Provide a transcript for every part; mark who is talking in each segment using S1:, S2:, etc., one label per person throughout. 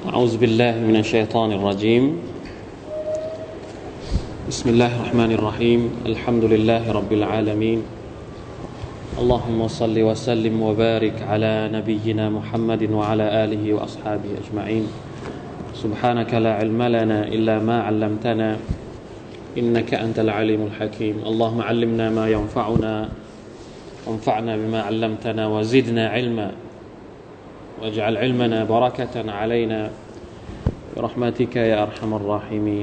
S1: أعوذ بالله من الشيطان الرجيم بسم الله الرحمن الرحيم الحمد لله رب العالمين اللهم صل وسلم وبارك على نبينا محمد وعلى آله وأصحابه أجمعين سبحانك لا علم لنا إلا ما علمتنا إنك أنت العليم الحكيم اللهم علمنا ما ينفعنا وانفعنا بما علمتنا وزدنا علما واجعل علمنا بركة علينا برحمتك يا أرحم الراحمين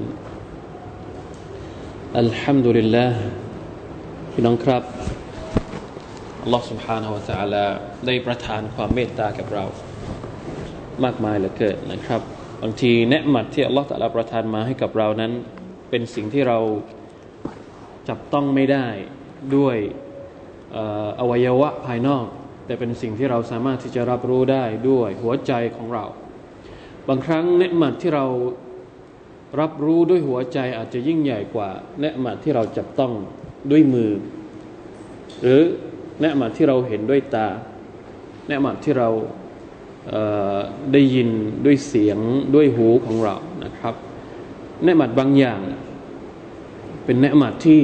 S1: الحمد لله พี่น้องครับอัลลอฮฺ سبحانه และ تعالى ได้ประทานความเมตตากับเรามากมายเหลือเกินนะครับบางทีเนืมัดที่อัลลอฮฺ تعالى ประทานมาให้กับเรานั้นเป็นสิ่งที่เราจับต้องไม่ได้ด้วยอวัยวะภายนอกแต่เป็นสิ่งที่เราสามารถที่จะรับรู้ได้ด้วยหัวใจของเราบางครั้งเนืมัดที่เรารับรู้ด้วยหัวใจอาจจะยิ่งใหญ่กว่าเนืมัดที่เราจับต้องด้วยมือหรือเนืมัดที่เราเห็นด้วยตาเนืมัดที่เราได้ยินด้วยเสียงด้วยหูของเรานะครับเนืมัดบางอย่างเป็นเนืมัดที่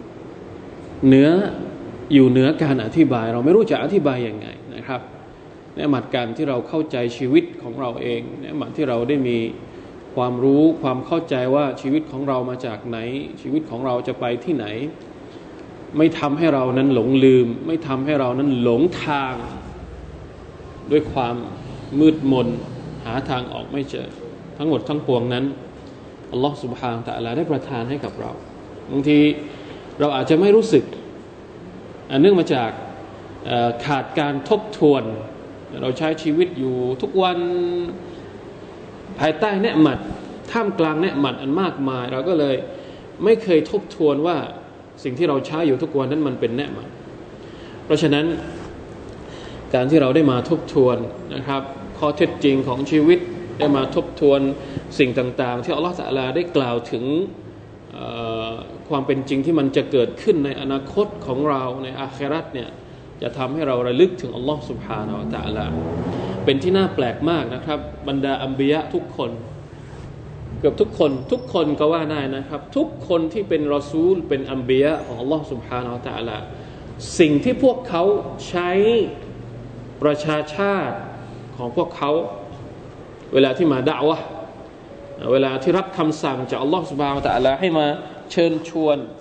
S1: อยู่เหนือการอธิบายเราไม่รู้จะอธิบายยังไงนะครับเนืมัดการที่เราเข้าใจชีวิตของเราเองเนืมัดที่เราได้มีความรู้ความเข้าใจว่าชีวิตของเรามาจากไหนชีวิตของเราจะไปที่ไหนไม่ทำให้เรานั้นหลงลืมไม่ทำให้เรานั้นหลงทางด้วยความมืดมนหาทางออกไม่เจอทั้งหมดทั้งปวงนั้นอัลลอฮฺ سبحانه และ تعالى ได้ประทานให้กับเราบางทีเราอาจจะไม่รู้สึกเนื่องมาจากขาดการทบทวนเราใช้ชีวิตอยู่ทุกวันภายใต้เนืมัดท่ามกลางเนืมัดอันมากมายเราก็เลยไม่เคยทบทวนว่าสิ่งที่เราใช้อยู่ทุกวันนั้นมันเป็นเนืมัดเพราะฉะนั้นการที่เราได้มาทบทวนนะครับข้อเท็จจริงของชีวิตได้มาทบทวนสิ่งต่างๆที่อัลลอฮฺตะอาลาได้กล่าวถึงความเป็นจริงที่มันจะเกิดขึ้นในอนาคตของเราในอาคิเราะห์เนี่ยจะทำให้เราระลึกถึงอัลลอฮฺ سبحانه และ تعالى เป็นที่น่าแปลกมากนะครับบรรดาอัมบิยะทุกคนเกือบทุกคนก็ว่าได้นะครับทุกคนที่เป็นรอซูลเป็นอัมบิยะของอัลลอฮฺ سبحانه และ تعالى สิ่งที่พวกเขาใช้ประชาชาติของพวกเขาเวลาที่มาดะอ์วะห์เวลาที่รับคำสั่งจากอัลลอฮฺ سبحانه และ تعالى ให้มาเชิญช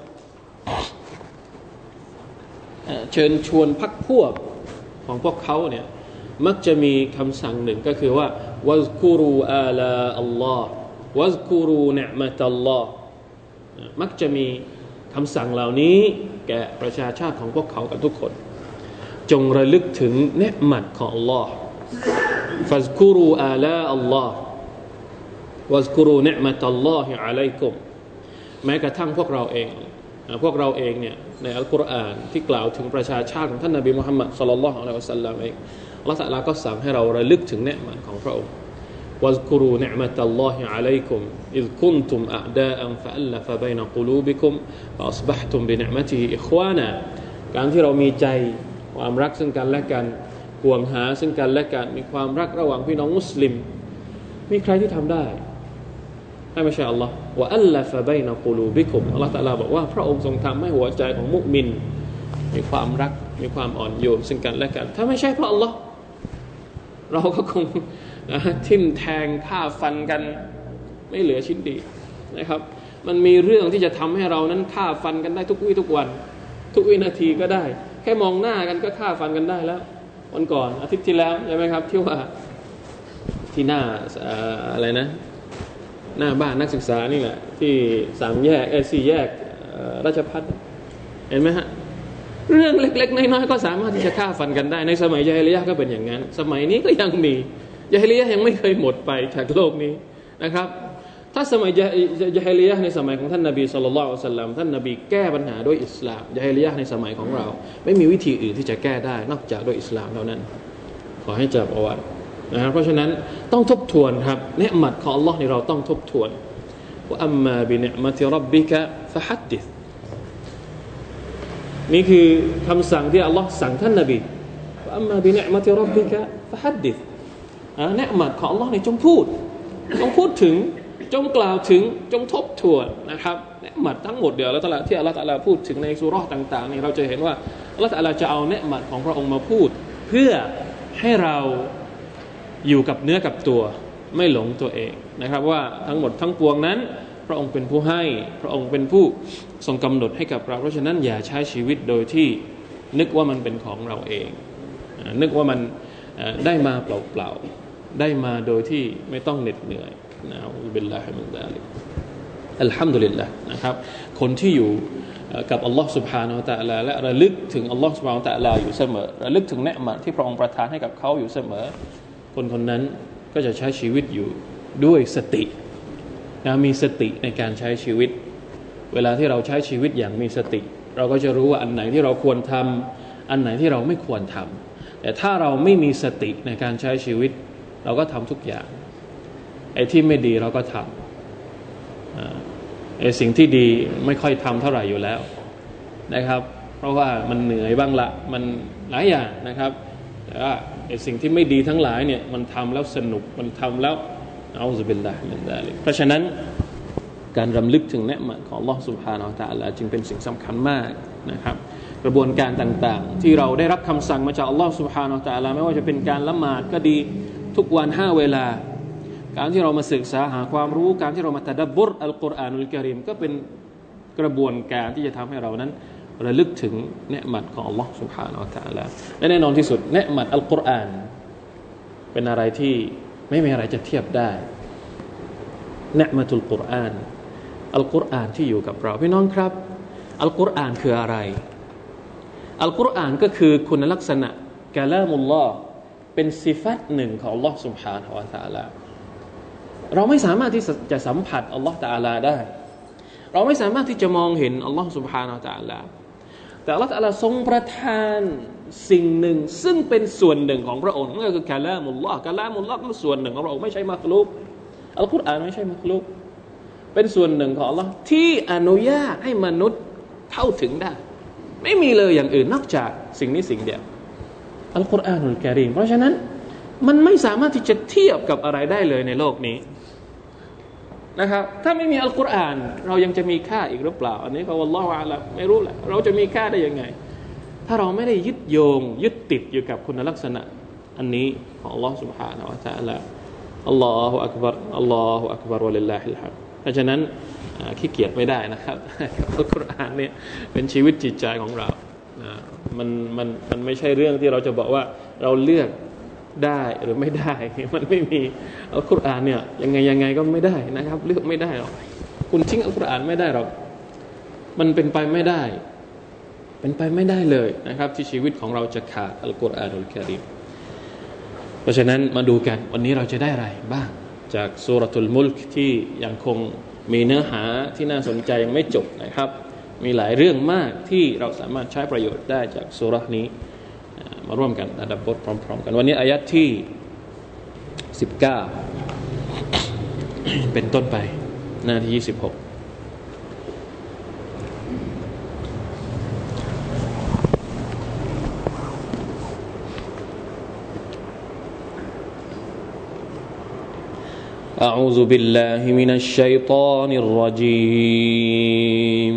S1: วนพรรคพวกของพวกเขาเนี่ยมักจะมีคำสั่งหนึ่งก็คือว่าวัซกุรูอาลาอัลลอฮ์วัซกุรูนิอ์มะตัลลอฮ์มักจะมีคำสั่งเหล่านี้แก่ประชาชาติของพวกเขากันทุกคนจงระลึกถึงเนืมัดของอัลลอฮ์ฟัซกุรูอาลาอัลลอฮ์วัซกุรูนิอ์มะตัลลอฮิอะลัยกุมแม้กระทั่งพวกเราเองเนี่ยในอัลกุรอานที่กล่าวถึงประชาชาติของท่านนบีมุฮัมมัดศ็อลลัลลอฮุอะลัยฮิวะซัลลัมเองอัลเลาะห์ตะอาลาก็สั่งให้เราระลึกถึงเนืมัดของพระองค์วัซกุรูนิอ์มะตัลลอฮิอะลัยกุมอิซกุนตุมอะอ์ดาอันฟะอัลลฟะบัยนะกุลูบิกุมฟะอัศบะฮ์ตุมบินิอ์มะติฮิอิควานะการที่เรามีใจความรักซึ่งกันและกันห่วงหาซึ่งกันและกันมีความรักระหว่างพี่น้องมุสลิมมีใครที่ทำได้ไม่ใช่อัลลอฮ์วะอัลลฟะบัยนะกุลูบิกุมอัลเลาะห์ตะอาลาบอกว่าพระองค์ทรงทำให้หัวใจของมุมินมีความรักมีความอ่อนโยนซึ่งกันและกันถ้าไม่ใช่เพราะอัลลอฮ์เราก็คงทิ่มแทงฆ่าฟันกันไม่เหลือชิ้นดีนะครับมันมีเรื่องที่จะทำให้เรานั้นฆ่าฟันกันได้ทุกวี่ทุกวันทุกวินาทีก็ได้แค่มองหน้ากันก็ฆ่าฟันกันได้แล้ววันก่อนอาทิตย์ที่แล้วใช่ไหมครับที่ว่าที่หน้าอะไรนะหน้าบ้านนักศึกษานี่แหละที่4 แยกราชภัฏเห็นไหมฮะเรื่องเล็กๆน้อยๆก็สามารถที่จะฆ่าฟันกันได้ในสมัยญะฮิลิยะห์ก็เป็นอย่างนั้นสมัยนี้ก็ยังมีญะฮิลิยะห์ยังไม่เคยหมดไปจากโลกนี้นะครับถ้าสมัยญะฮิลิยะห์ในสมัยของท่านนบีศ็อลลัลลอฮุอะลัยฮิวะซัลลัมท่านนบีแก้ปัญหาด้วยอิสลามญะฮิลิยะห์ในสมัยของเราไม่มีวิธีอื่นที่จะแก้ได้นอกจากด้วยอิสลามเท่านั้นขอให้จำเอาไว้นะครับเพราะฉะนั้นต้องทบทวนครับเนืมัดของอัลเลาะห์นี่เราต้องทบทวนว่าอัมมาบินิอ์มะติร็อบบิกะฟะฮัดดิษนี่คือคำสั่งที่อัลเลาะห์สั่งท่านนบีว่าอัมมาบินิอ์มะติร็อบบิกะฟะฮัดดิษเนืมัดของอัลเลาะห์นี่จงพูดจงพูดถึงจงกล่าวถึงจงทบทวนนะครับเนืหมัดทั้งหมดเดี๋ยวอัลเลาะห์ตะอาลาที่อัลเลาะห์ตะอาลาพูดถึงในซูเราะห์ต่างๆนี่เราจะเห็นว่าอัลเลาะห์ตะอาลาจะเอาเนืหมัดของพระองค์มาพูดเพื่อให้เราอยู่กับเนื้อกับตัวไม่หลงตัวเองนะครับว่าทั้งหมดทั้งปวงนั้นพระองค์เป็นผู้ให้พระองค์เป็นผู้ทรงกำหนดให้กับเราเพราะฉะนั้นอย่าใช้ชีวิตโดยที่นึกว่ามันเป็นของเราเองนึกว่ามันได้มาเปล่าๆได้มาโดยที่ไม่ต้องเหน็ดเหนื่อยนะอัลลอฮฺบิลลาฮิมินซาลิกอัลฮัมดุลิลลาห์นะครับคนที่อยู่กับอัลลอฮฺ سبحانه และ تعالى และระลึกถึงอัลลอฮฺ سبحانه และ تعالى อยู่เสมอระลึกถึงเนืหมัดที่พระองค์ประทานให้กับเขาอยู่เสมอคนคนนั้นก็จะใช้ชีวิตอยู่ด้วยสติมีสติในการใช้ชีวิตเวลาที่เราใช้ชีวิตอย่างมีสติเราก็จะรู้ว่าอันไหนที่เราควรทำอันไหนที่เราไม่ควรทำแต่ถ้าเราไม่มีสติในการใช้ชีวิตเราก็ทำทุกอย่างไอ้ที่ไม่ดีเราก็ทำไอ้สิ่งที่ดีไม่ค่อยทำเท่าไหร่อยู่แล้วนะครับเพราะว่ามันเหนื่อยบ้างละมันหลายอย่างนะครับแต่ว่าไอ้สิ่งที่ไม่ดีทั้งหลายเนี่ยมันทำแล้วสนุกมันทำแล้วเอาซุบิลลาฮิมินซาลิกเพราะฉะนั้นการรำลึกถึงเนืหมัดของอัลเลาะห์ซุบฮานะฮูวะตะอาลาจึงเป็นสิ่งสำคัญมากนะครับกระบวนการต่างๆที่เราได้รับคำสั่งมาจากอัลเลาะห์ซุบฮานะฮูวะตะอาลาไม่ว่าจะเป็นการละหมาดก็ดีทุกวัน5เวลาการที่เรามาศึกษาหาความรู้การที่เรามาตะดับบุรอัลกุรอานุลกะรีมก็เป็นกระบวนการที่จะทำให้เรานั้นระลึกถึงเนืหมัดของอัลเลาะห์ซุบฮานะฮูวะตะอาลาและแน่นอนที่สุดเนืหมัดอัลกุรอานเป็นอะไรที่ไม่มีอะไรจะเทียบได้เนืหมัตุลกุรอานอัลกุรอานที่อยู่กับเราพี่น้องครับอัลกุรอานคืออะไรอัลกุรอานก็คือคุณลักษณะกะลามุลลอฮ์เป็นสิฟัตหนึ่งของอัลลอฮ์ سبحانه และ تعالى เราไม่สามารถที่จะสัมผัสอัลลอฮ์ تعالى ได้เราไม่สามารถที่จะมองเห็นอัลลอฮ์ سبحانه และ تعالى แต่อัลลอฮ์ تعالى ทรงประทานสิ่งหนึ่งซึ่งเป็นส่วนหนึ่งของพระองค์นั่นก็คือกะลามุลลอฮ์กะลามุลลอฮ์คือส่วนหนึ่งของพระองค์ไม่ใช่มักลุกอัลกุรอานไม่ใช่มักลุกเป็นส่วนหนึ่งของอัลลอฮ์ที่อนุญาตให้มนุษย์เข้าถึงได้ไม่มีเลยอย่างอื่นนอกจากสิ่งนี้สิ่งเดียวอัลกุรอานุลกะรีมเพราะฉะนั้นมันไม่สามารถที่จะเทียบกับอะไรได้เลยในโลกนี้นะครับถ้าไม่มีอัลกุรอานเรายังจะมีค่าอีกหรือเปล่าอันนี้ก็วัลลอฮุอาลัมไม่รู้แหละเราจะมีค่าได้ยังไงถ้าเราไม่ได้ยึดโยงยึดติดอยู่กับคุณลักษณะอันนี้ของอัลลอฮฺ سبحانه และ تعالى อัลลอฮฺอักบัรอัลลอฮฺอักบัรวะลิลลาฮิลฮัมด์เพราะฉะนั้นขี้เกียจไม่ได้นะครับอัลกุรอานเนี่ยเป็นชีวิตจิตใจของเรามันไม่ใช่เรื่องที่เราจะบอกว่าเราเลือกได้หรือไม่ได้มันไม่มีอัลกุรอานเนี่ยยังไงก็ไม่ได้นะครับเลือกไม่ได้หรอกคุณทิ้งอัลกุรอานไม่ได้หรอกมันเป็นไปไม่ได้เลยนะครับที่ชีวิตของเราจะขาดอัลกุรอานุลกะรีมเพราะฉะนั้นมาดูกันวันนี้เราจะได้อะไรบ้างจากซูเราะตุลมุลกที่ยังคงมีเนื้อหาที่น่าสนใจยังไม่จบนะครับมีหลายเรื่องมากที่เราสามารถใช้ประโยชน์ได้จากซูเราะห์นี้มาร่วมกันตะดับบทพร้อมๆกันวันนี้อายะห์ที่19เป็นต้นไปหน้าที่26أعوذ بالله من الشيطان الرجيم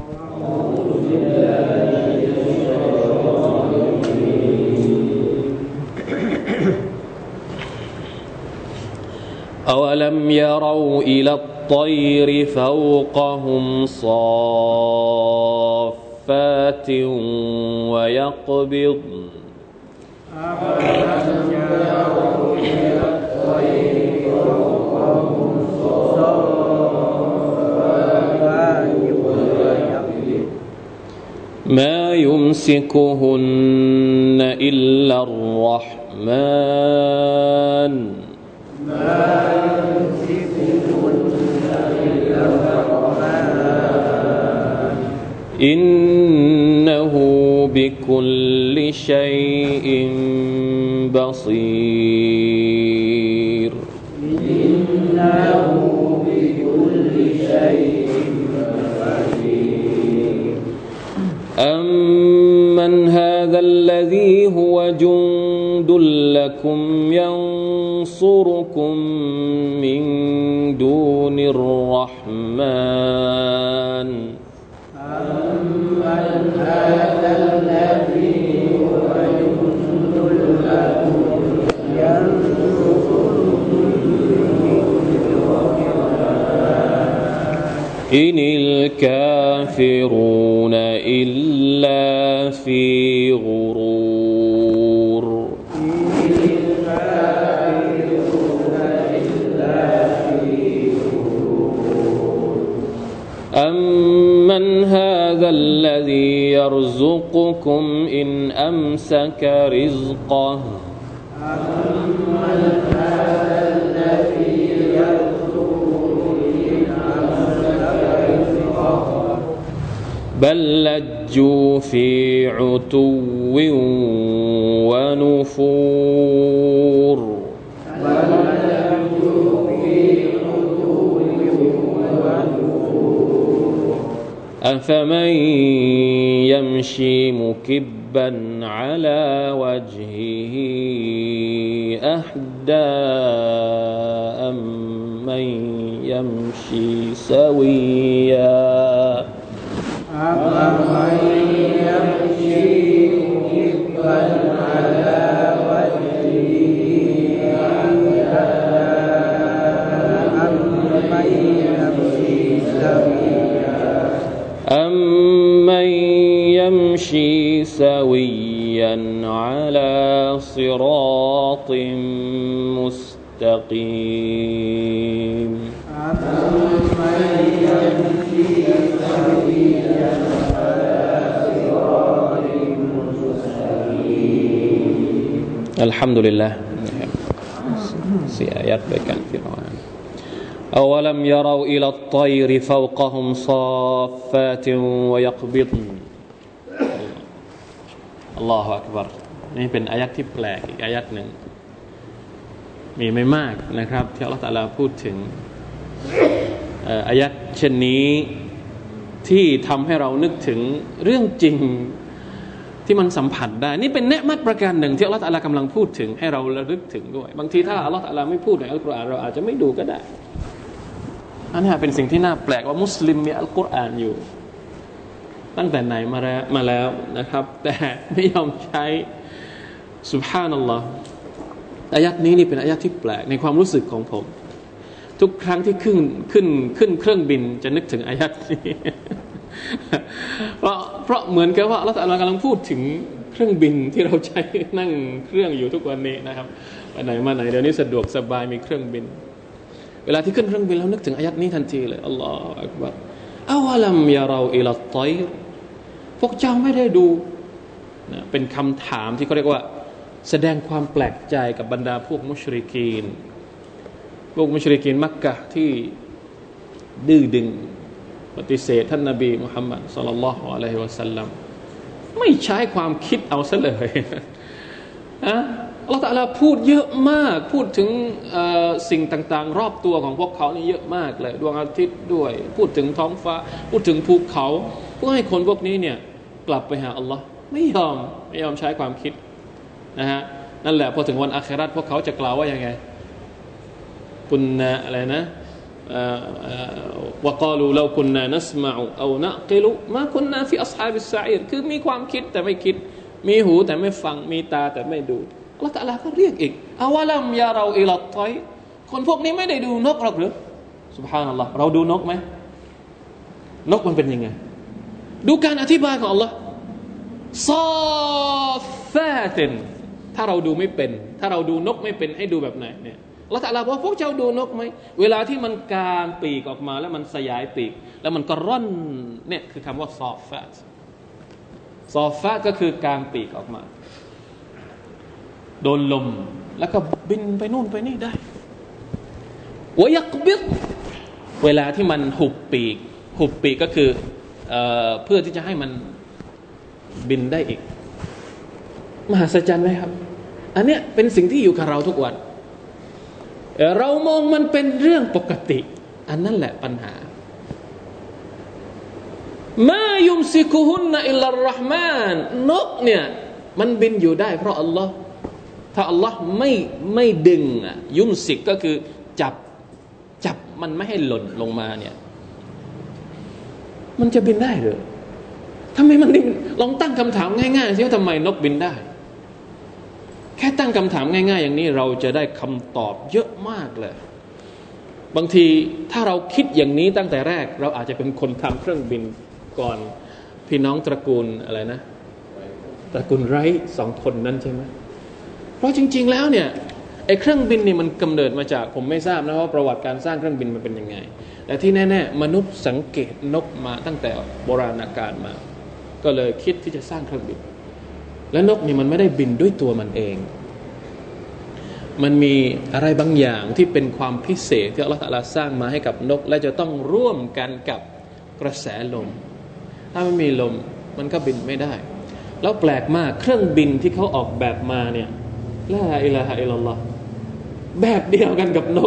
S1: أولم يروا إلى الطير فوقهم صافات ويقبض أولم يروا إلى الطير فوقهم صافات ويقبض ما يمسكهن إلا الرحمن إنه بكل شيء بصير إنه بكل شيء بصير أمن هذا الذي هو جند لكم ينصركم من دون الرحمن
S2: أمن هذا الذي هو جند لكم ينصركم
S1: إن الكافرون إلا في غرور أمن هذا الذي يرزقكم إن أمسك رزقه بل لجوا في عتو ونفور أفمن يمشي مكبا على وجهه أهدى أمن يمشي سويا
S2: أفمن يمشي مكبا على وجهه أهدى أمن يمشي سويا
S1: أمن يمشي سويا على صراط مستقيم
S2: أمن يمشي سويا على صراط مستقيم
S1: الحمد لله 4 ayat bagian firman أولم يروا إلى الطير فوقهم صافات ويقبضن الله أكبر นี่เป็นอายะห์ที่แปลกอีกอายะห์หนึ่งมีไม่มากนะครับที่อัลเลาะห์ตะอาลาพูดถึงอายะห์เช่นนี้ที่ทำให้เรานึกถึงเรื่องจริงที่มันสัมผัสได้นี่เป็นเนืมัตประการหนึ่งที่อัลเลาะห์ตะอาลากำลังพูดถึงให้เราระลึกถึงด้วยบางทีถ้าอัลเลาะห์ตะอาลาไม่พูดในอัลกุรอานเราอาจจะไม่ดูก็ได้อันนี้เป็นสิ่งที่น่าแปลกว่ามุสลิมมีอัลกุรอานอยู่ตั้งแต่ไหนมาแล้วนะครับแต่ไม่ยอมใช้ซุบฮานัลลอฮ์อายะห์นี้นี่เป็นอายะห์ที่แปลกในความรู้สึกของผมทุกครั้งที่ขึ้นเครื่องบินจะนึกถึงอายะห์นี้ เพราะเหมือนกับว่าอัลเลาะห์ตะอาลากำลังพูดถึงเครื่องบินที่เราใช้นั่งเครื่องอยู่ทุกวันนี้นะครับไปไหนมาไหนเดี๋ยวนี้สะดวกสบายมีเครื่องบินเวลาที่ขึ้นเครื่องบินเรานึกถึงอายะห์นี้ทันทีเลยอัลลอฮฺอักบัรอาวะลัมยะเราอิลัตฏอยรพวกเจ้าไม่ได้ดูนะเป็นคำถามที่เขาเรียกว่าแสดงความแปลกใจกับบรรดาพวกมุชริกีนมักกะฮ์ที่ดื้อดึงปฏิเสธท่านนบีมุฮัมมัดศ็อลลัลลอฮุอะลัยฮิวะซัลลัมไม่ใช้ความคิดเอาซะเลยอัลเลาะห์ตะอาลาพูดเยอะมากพูดถึงสิ่งต่างๆรอบตัวของพวกเขานี่เยอะมากเลยดวงอาทิตย์ด้วยพูดถึงท้องฟ้าพูดถึงภูเขาเพื่อให้คนพวกนี้เนี่ยกลับไปหาอัลลอฮ์ไม่ยอมใช้ความคิดนะฮะนั่นแหละพอถึงวันอาคิเราะห์พวกเขาจะกล่าวว่ายังไงคุณอะไรนะوقالوا لو كنا نسمع أو نعقل ما كنا في أصحاب السعير คือมีความคิดแต่ไม่คิดมีหูแต่ไม่ฟังมีตาแต่ไม่ดูอัลเลาะห์ตะอาลาก็เรียกอีกอาวะลัมยะเราอิลัตฏอยรคนพวกนี้ไม่ได้ดูนกหรอกหรือซุบฮานัลลอฮ์เราดูนกไหมนกมันเป็นยังไงดูการอธิบายของอัลเลาะห์ซอฟฟาตินถ้าเราดูไม่เป็นถ้าเราดูนกไม่เป็นให้ดูแบบไหนเนี่ยอัลเลาะห์ตะอาลาบอกพวกเจ้าดูนกไหมเวลาที่มันกางปีกออกมาแล้วมันสยายปีกแล้วมันก็ร่อนเนี่ยคือคำว่าซอฟฟาตก็คือกางปีกออกมาโดนลมแล้วก็บินไปนู่นไปนี่ได้วะยักบิดเวลาที่มันหุบปีกก็คือเพื่อที่จะให้มันบินได้อีกมหัศจรรย์ไหมครับอันเนี้ยเป็นสิ่งที่อยู่กับเราทุกวันเรามองมันเป็นเรื่องปกติอันนั้นแหละปัญหามายุมซิกุฮุนนะอิลลัรเราะห์มานนกเนี่ยมันบินอยู่ได้เพราะอัลลอฮ์ถ้าอัลลอฮ์ไม่ดึงยุมสิกก็คือจับมันไม่ให้หล่นลงมาเนี่ยมันจะบินได้หรือทำไมมันลองตั้งคำถามง่ายๆสิว่าทำไมนกบินได้แค่ตั้งคำถามง่ายๆอย่างนี้เราจะได้คำตอบเยอะมากเลยบางทีถ้าเราคิดอย่างนี้ตั้งแต่แรกเราอาจจะเป็นคนทำเครื่องบินก่อนพี่น้องตระกูลอะไรนะตระกูลไรท์2 คนนั้นใช่ไหมเพราะจริงๆแล้วเนี่ยไอ้เครื่องบินนี่มันกำเนิดมาจากผมไม่ทราบนะว่าประวัติการสร้างเครื่องบินมันเป็นยังไงแต่ที่แน่ๆมนุษย์สังเกตนกมาตั้งแต่โบราณกาลมาก็เลยคิดที่จะสร้างเครื่องบินและนกนี่มันไม่ได้บินด้วยตัวมันเองมันมีอะไรบางอย่างที่เป็นความพิเศษที่อัลเลาะห์ตะอาลาสร้างมาให้กับนกและจะต้องร่วมกันกับกระแสลมถ้าไม่มีลมมันก็บินไม่ได้แล้วแปลกมากเครื่องบินที่เขาออกแบบมาเนี่ยลาอิลาฮะอิลลัลลอฮ์แบบเดียวกันกับนก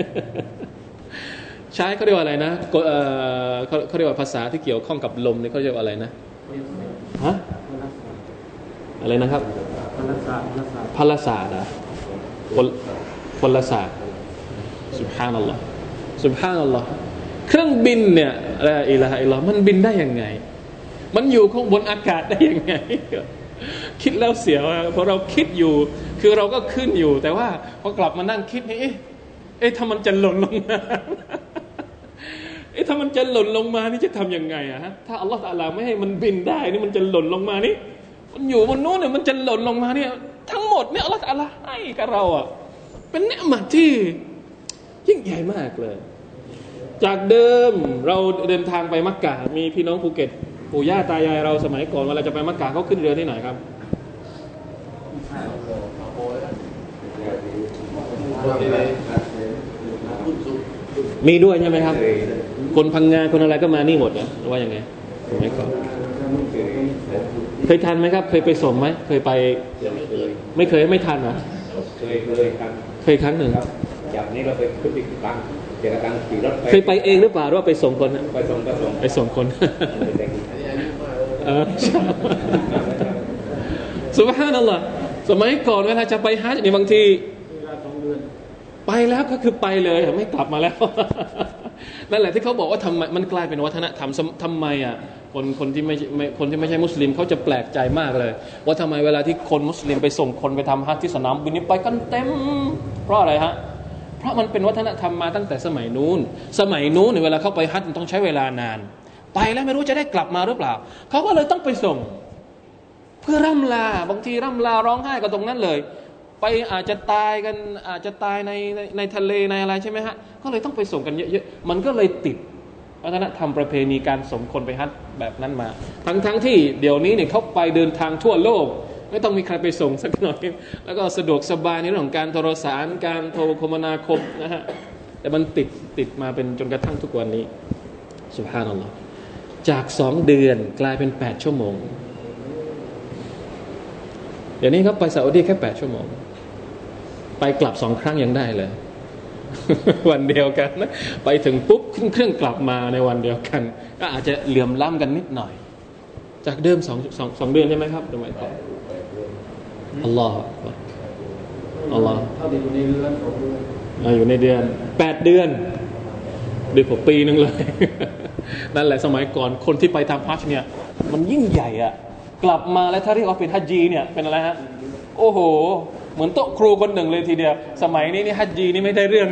S1: ใช้เขาเรียกว่าอะไรนะเขาเรียกว่าภาษาที่เกี่ยวข้องกับลมนี่เขาเรียกว่าอะไรนะฮะอะไรนะครับพลศาสตร์พลศาสตร์ซุบฮานัลลอฮ์ซุบฮานัลลอฮ์เครื่องบินเนี่ยลาอิลาฮะอิลลัลลอฮ์มันบินได้ยังไงมันอยู่ข้างบนอากาศได้ยังไงคิดแล้วเสียวเพราะเราคิดอยู่คือเราก็ขึ้นอยู่แต่ว่าพอกลับมานั่งคิดนี่ถ้ามันจะหล่นลงมาถ้ามันจะหล่นลงมานี่จะทำยังไงอะฮะถ้าอัลลอฮฺตะอาลาไม่ให้มันบินได้นี่มันจะหล่นลงมานี่มันอยู่บนนู้นเนี่ยมันจะหล่นลงมาเนี่ยทั้งหมดเนี่ยอัลลอฮฺตะอาลาให้กับเราอะเป็นเนืมัดที่ยิ่งใหญ่มากเลยจากเดิมเราเดินทางไปมักกะมีพี่น้องภูเก็ตปู่ย่าตายายเราสมัยก่อนเวลาจะไปมักกะเขาขึ้นเรือที่ไหนครับมีด้วยใช่ไหมครับคนพังงาคนอะไรก็มานี่หมดนะว่ายังไงไม่ก่อนเคยทันไหมครับเคยไปส่งไหมเคยไปไม่เคยไม่ทันเหรอเคยครั้งหนึ่ง
S3: จากนี้เราไปขึ้นอีกครั้งเจอกันขี่รถไป
S1: เคยไปเองหรือเปล่าหรือว่าไปส่งคนไปส่งคนซุบฮานัลลอฮ์สมัยก่อนเวลาจะไปฮัจญ์นี่บางทีไปแล้วก็คือไปเลยไม่กลับมาแล้วนั่นแหละที่เขาบอกว่าทำไมมันกลายเป็นวัฒนธรรมทำไมคนที่ไม่ใช่มุสลิมเขาจะแปลกใจมากเลยว่าทำไมเวลาที่คนมุสลิมไปส่งคนไปทำฮัจญ์ที่สนามบินนี่ไปกันเต็มเพราะอะไรฮะเพราะมันเป็นวัฒนธรรมมาตั้งแต่สมัยนู้นเวลาเข้าไปฮัจญ์ต้องใช้เวลานานไปแล้วไม่รู้จะได้กลับมาหรือเปล่าเขาก็เลยต้องไปส่งเพื่อร่ำลาบางทีร่ำลาร้องไห้กันตรงนั้นเลยไปอาจจะตายกันอาจจะตายในทะเลในอะไรใช่ไหมฮะก็เลยต้องไปส่งกันเยอะๆมันก็เลยติดวัฒนธรรมประเพณีการส่งคนไปฮัจญ์แบบนั้นมาทั้งที่เดี๋ยวนี้เนี่ยเขาไปเดินทางทั่วโลกไม่ต้องมีใครไปส่งสักหน่อยแล้วก็สะดวกสบายในเรื่องของการโทรสารการโทรคมนาคมนะฮะแต่มันติดมาเป็นจนกระทั่งทุกวันนี้ซุบฮานัลลอฮ์จาก2 เดือนกลายเป็น8 ชั่วโมงเดี๋ยวนี้เขาไปซาอุดีแค่8 ชั่วโมงไปกลับ2 ครั้งยังได้เลย วันเดียวกันนะไปถึงปุ๊บขึ้นเครื่องกลับมาในวันเดียวกันก็อาจจะเหลื่อมล้ำกันนิดหน่อยจากเดิม2 เดือนใช่ไหมครับสมัยก่อนอัลลอฮฺอยู่ในเดือน8 เดือนเดือนกว่าปีนึงเลย นั่นแหละสมัยก่อนคนที่ไปทำฮัจญ์เนี่ยมันยิ่งใหญ่อะกลับมาแล้วถ้าเรียกว่าเป็นฮัจญีเนี่ยเป็นอะไรฮะโอ้โหเหมือนโต๊ะครูคนหนึ่งเลยทีเดียวสมัยนี้นี่ฮัจญีนี่ไม่ได้เรื่อง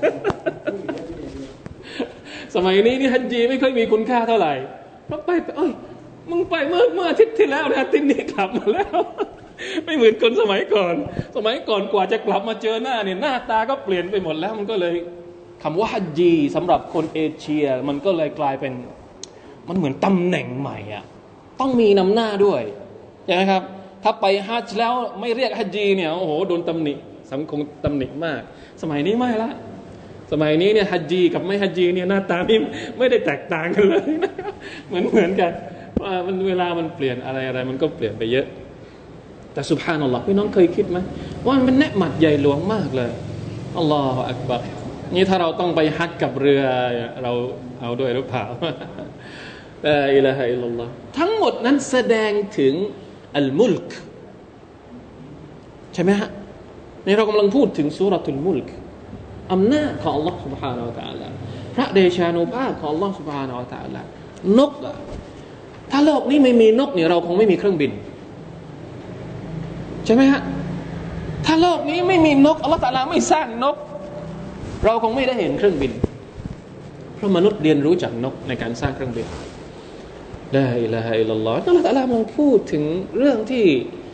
S1: สมัยนี้นี่ฮัจญีไม่ค่อยมีคุณค่าเท่าไหร่เพราะไปมึงไปเมื่ออาทิตย์ที่แล้วนะอาทิตย์นี้กลับมาแล้ว ไม่เหมือนคนสมัยก่อนกว่าจะกลับมาเจอหน้าเนี่ยหน้าตาก็เปลี่ยนไปหมดแล้วมันก็เลยคำว่าฮัจญีสำหรับคนเอเชียมันก็เลยกลายเป็นมันเหมือนตำแหน่งใหม่อ่ะต้องมีนำหน้าด้วยใช่ไหมครับถ้าไปฮัจญ์แล้วไม่เรียกฮัจญีเนี่ยโอ้โหโดนตำหนิสังคมตำหนิมากสมัยนี้ไม่ละสมัยนี้เนี่ยฮัจญีกับไม่ฮัจญีเนี่ยหน้าตาไม่ได้แตกต่างกันเลยนะเหมือนกันว่ามันเวลามันเปลี่ยนอะไรมันก็เปลี่ยนไปเยอะแต่ซุบฮานัลลอฮ์พี่น้องเคยคิดไหมว่ามันเป็นเนืมัดใหญ่หลวงมากเลยอัลลอฮฺอักบัรนี่ถ้าเราต้องไปฮัจญ์กับเรือเราเอาด้วยหรือเปล่าลาอิลาฮะอิลลัลลอฮ์ทั้งหมดนั้นแสดงถึงอัลมุลกใช่ไหมฮะนี่เรากำลังพูดถึงซูเราะตุลมุลกอำนาจของ Allah سبحانه และ تعالى พระเดชานุภาพของ Allah سبحانه และ تعالى นกล่ะถ้าโลกนี้ไม่มีนกเนี่ยเราคงไม่มีเครื่องบินใช่ไหมฮะถ้าโลกนี้ไม่มีนก Allah تعالى ไม่สร้างนกเราคงไม่ได้เห็นเครื่องบินเพราะมนุษย์เรียนรู้จากนกในการสร้างเครื่องบินลาอิลาฮะอิลลัลลอฮ์อัลลอฮฺตะอาลามันพูดถึงเรื่องที่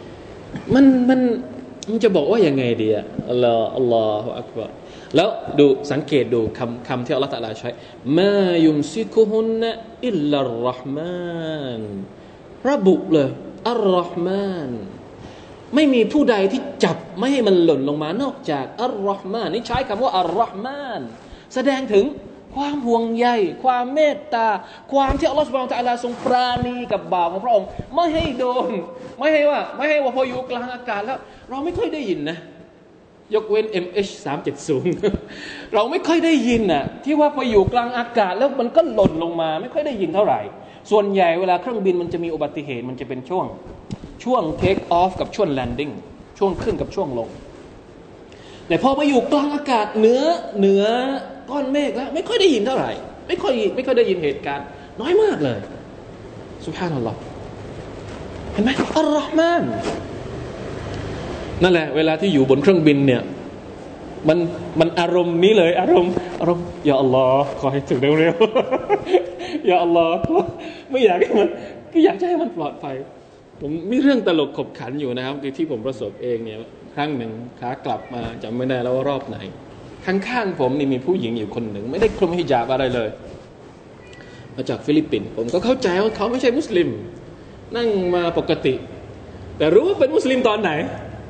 S1: มันจะบอกว่ายังไงดีอะอัลลอฮฺอักบัรแล้วดูสังเกตดูคำที่อัลลอฮฺตะอาลาใช้มายุมซิกุฮุนนะอิลลัรเราะห์มานระบุเลยอัรเราะห์มานไม่มีผู้ใดที่จับไม่ให้มันหล่นลงมานอกจากอัรเราะห์มานนี่ใช้คำว่าอัรเราะห์มานแสดงถึงความห่วงใยความเมตตาความที่อัลลอฮฺซุบฮานะฮูวะตะอาลาทรงปราณีกับบ่าวของพระองค์ไม่ให้โดนไม่ให้ว่าพออยู่กลางอากาศแล้วเราไม่ค่อยได้ยินนะยกเว้น MH370 เราไม่ค่อยได้ยินน่ะที่ว่าพออยู่กลางอากาศแล้วมันก็หล่นลงมาไม่ค่อยได้ยินเท่าไหร่ส่วนใหญ่เวลาเครื่องบินมันจะมีอุบัติเหตุมันจะเป็นช่วงเทคออฟกับช่วงแลนดิ้งช่วงขึ้นกับช่วงลงแต่พอไปอยู่กลางอากาศเหนือก้อนเมฆแล้วไม่ค่อยได้ยินเท่าไหร่ไม่ค่อยได้ยินเหตุการณ์น้อยมากเลยซุบฮานัลลอฮ์เห็นไหมอัรเราะห์มานนั่นแหละเวลาที่อยู่บนเครื่องบินเนี่ยมันอารมณ์นี้เลยอารมณ์ยาอัลลอฮ์ขอให้ถึงเร็วๆยาอัลลอฮ์ไม่อยากให้มันก็อยากจะให้มันปลอดภัยผมมีเรื่องตลกขบขันอยู่นะครับที่ผมประสบเองเนี่ยครั้งหนึ่งขากลับมาจำไม่ได้แล้วว่ารอบไหนข้างๆผมนี่มีผู้หญิงอยู่คนหนึ่งไม่ได้คลุมฮิญาบอะไรเลยมาจากฟิลิปปินส์ผมก็เข้าใจว่าเขาไม่ใช่มุสลิมนั่งมาปกติแต่รู้ว่าเป็นมุสลิมตอนไหน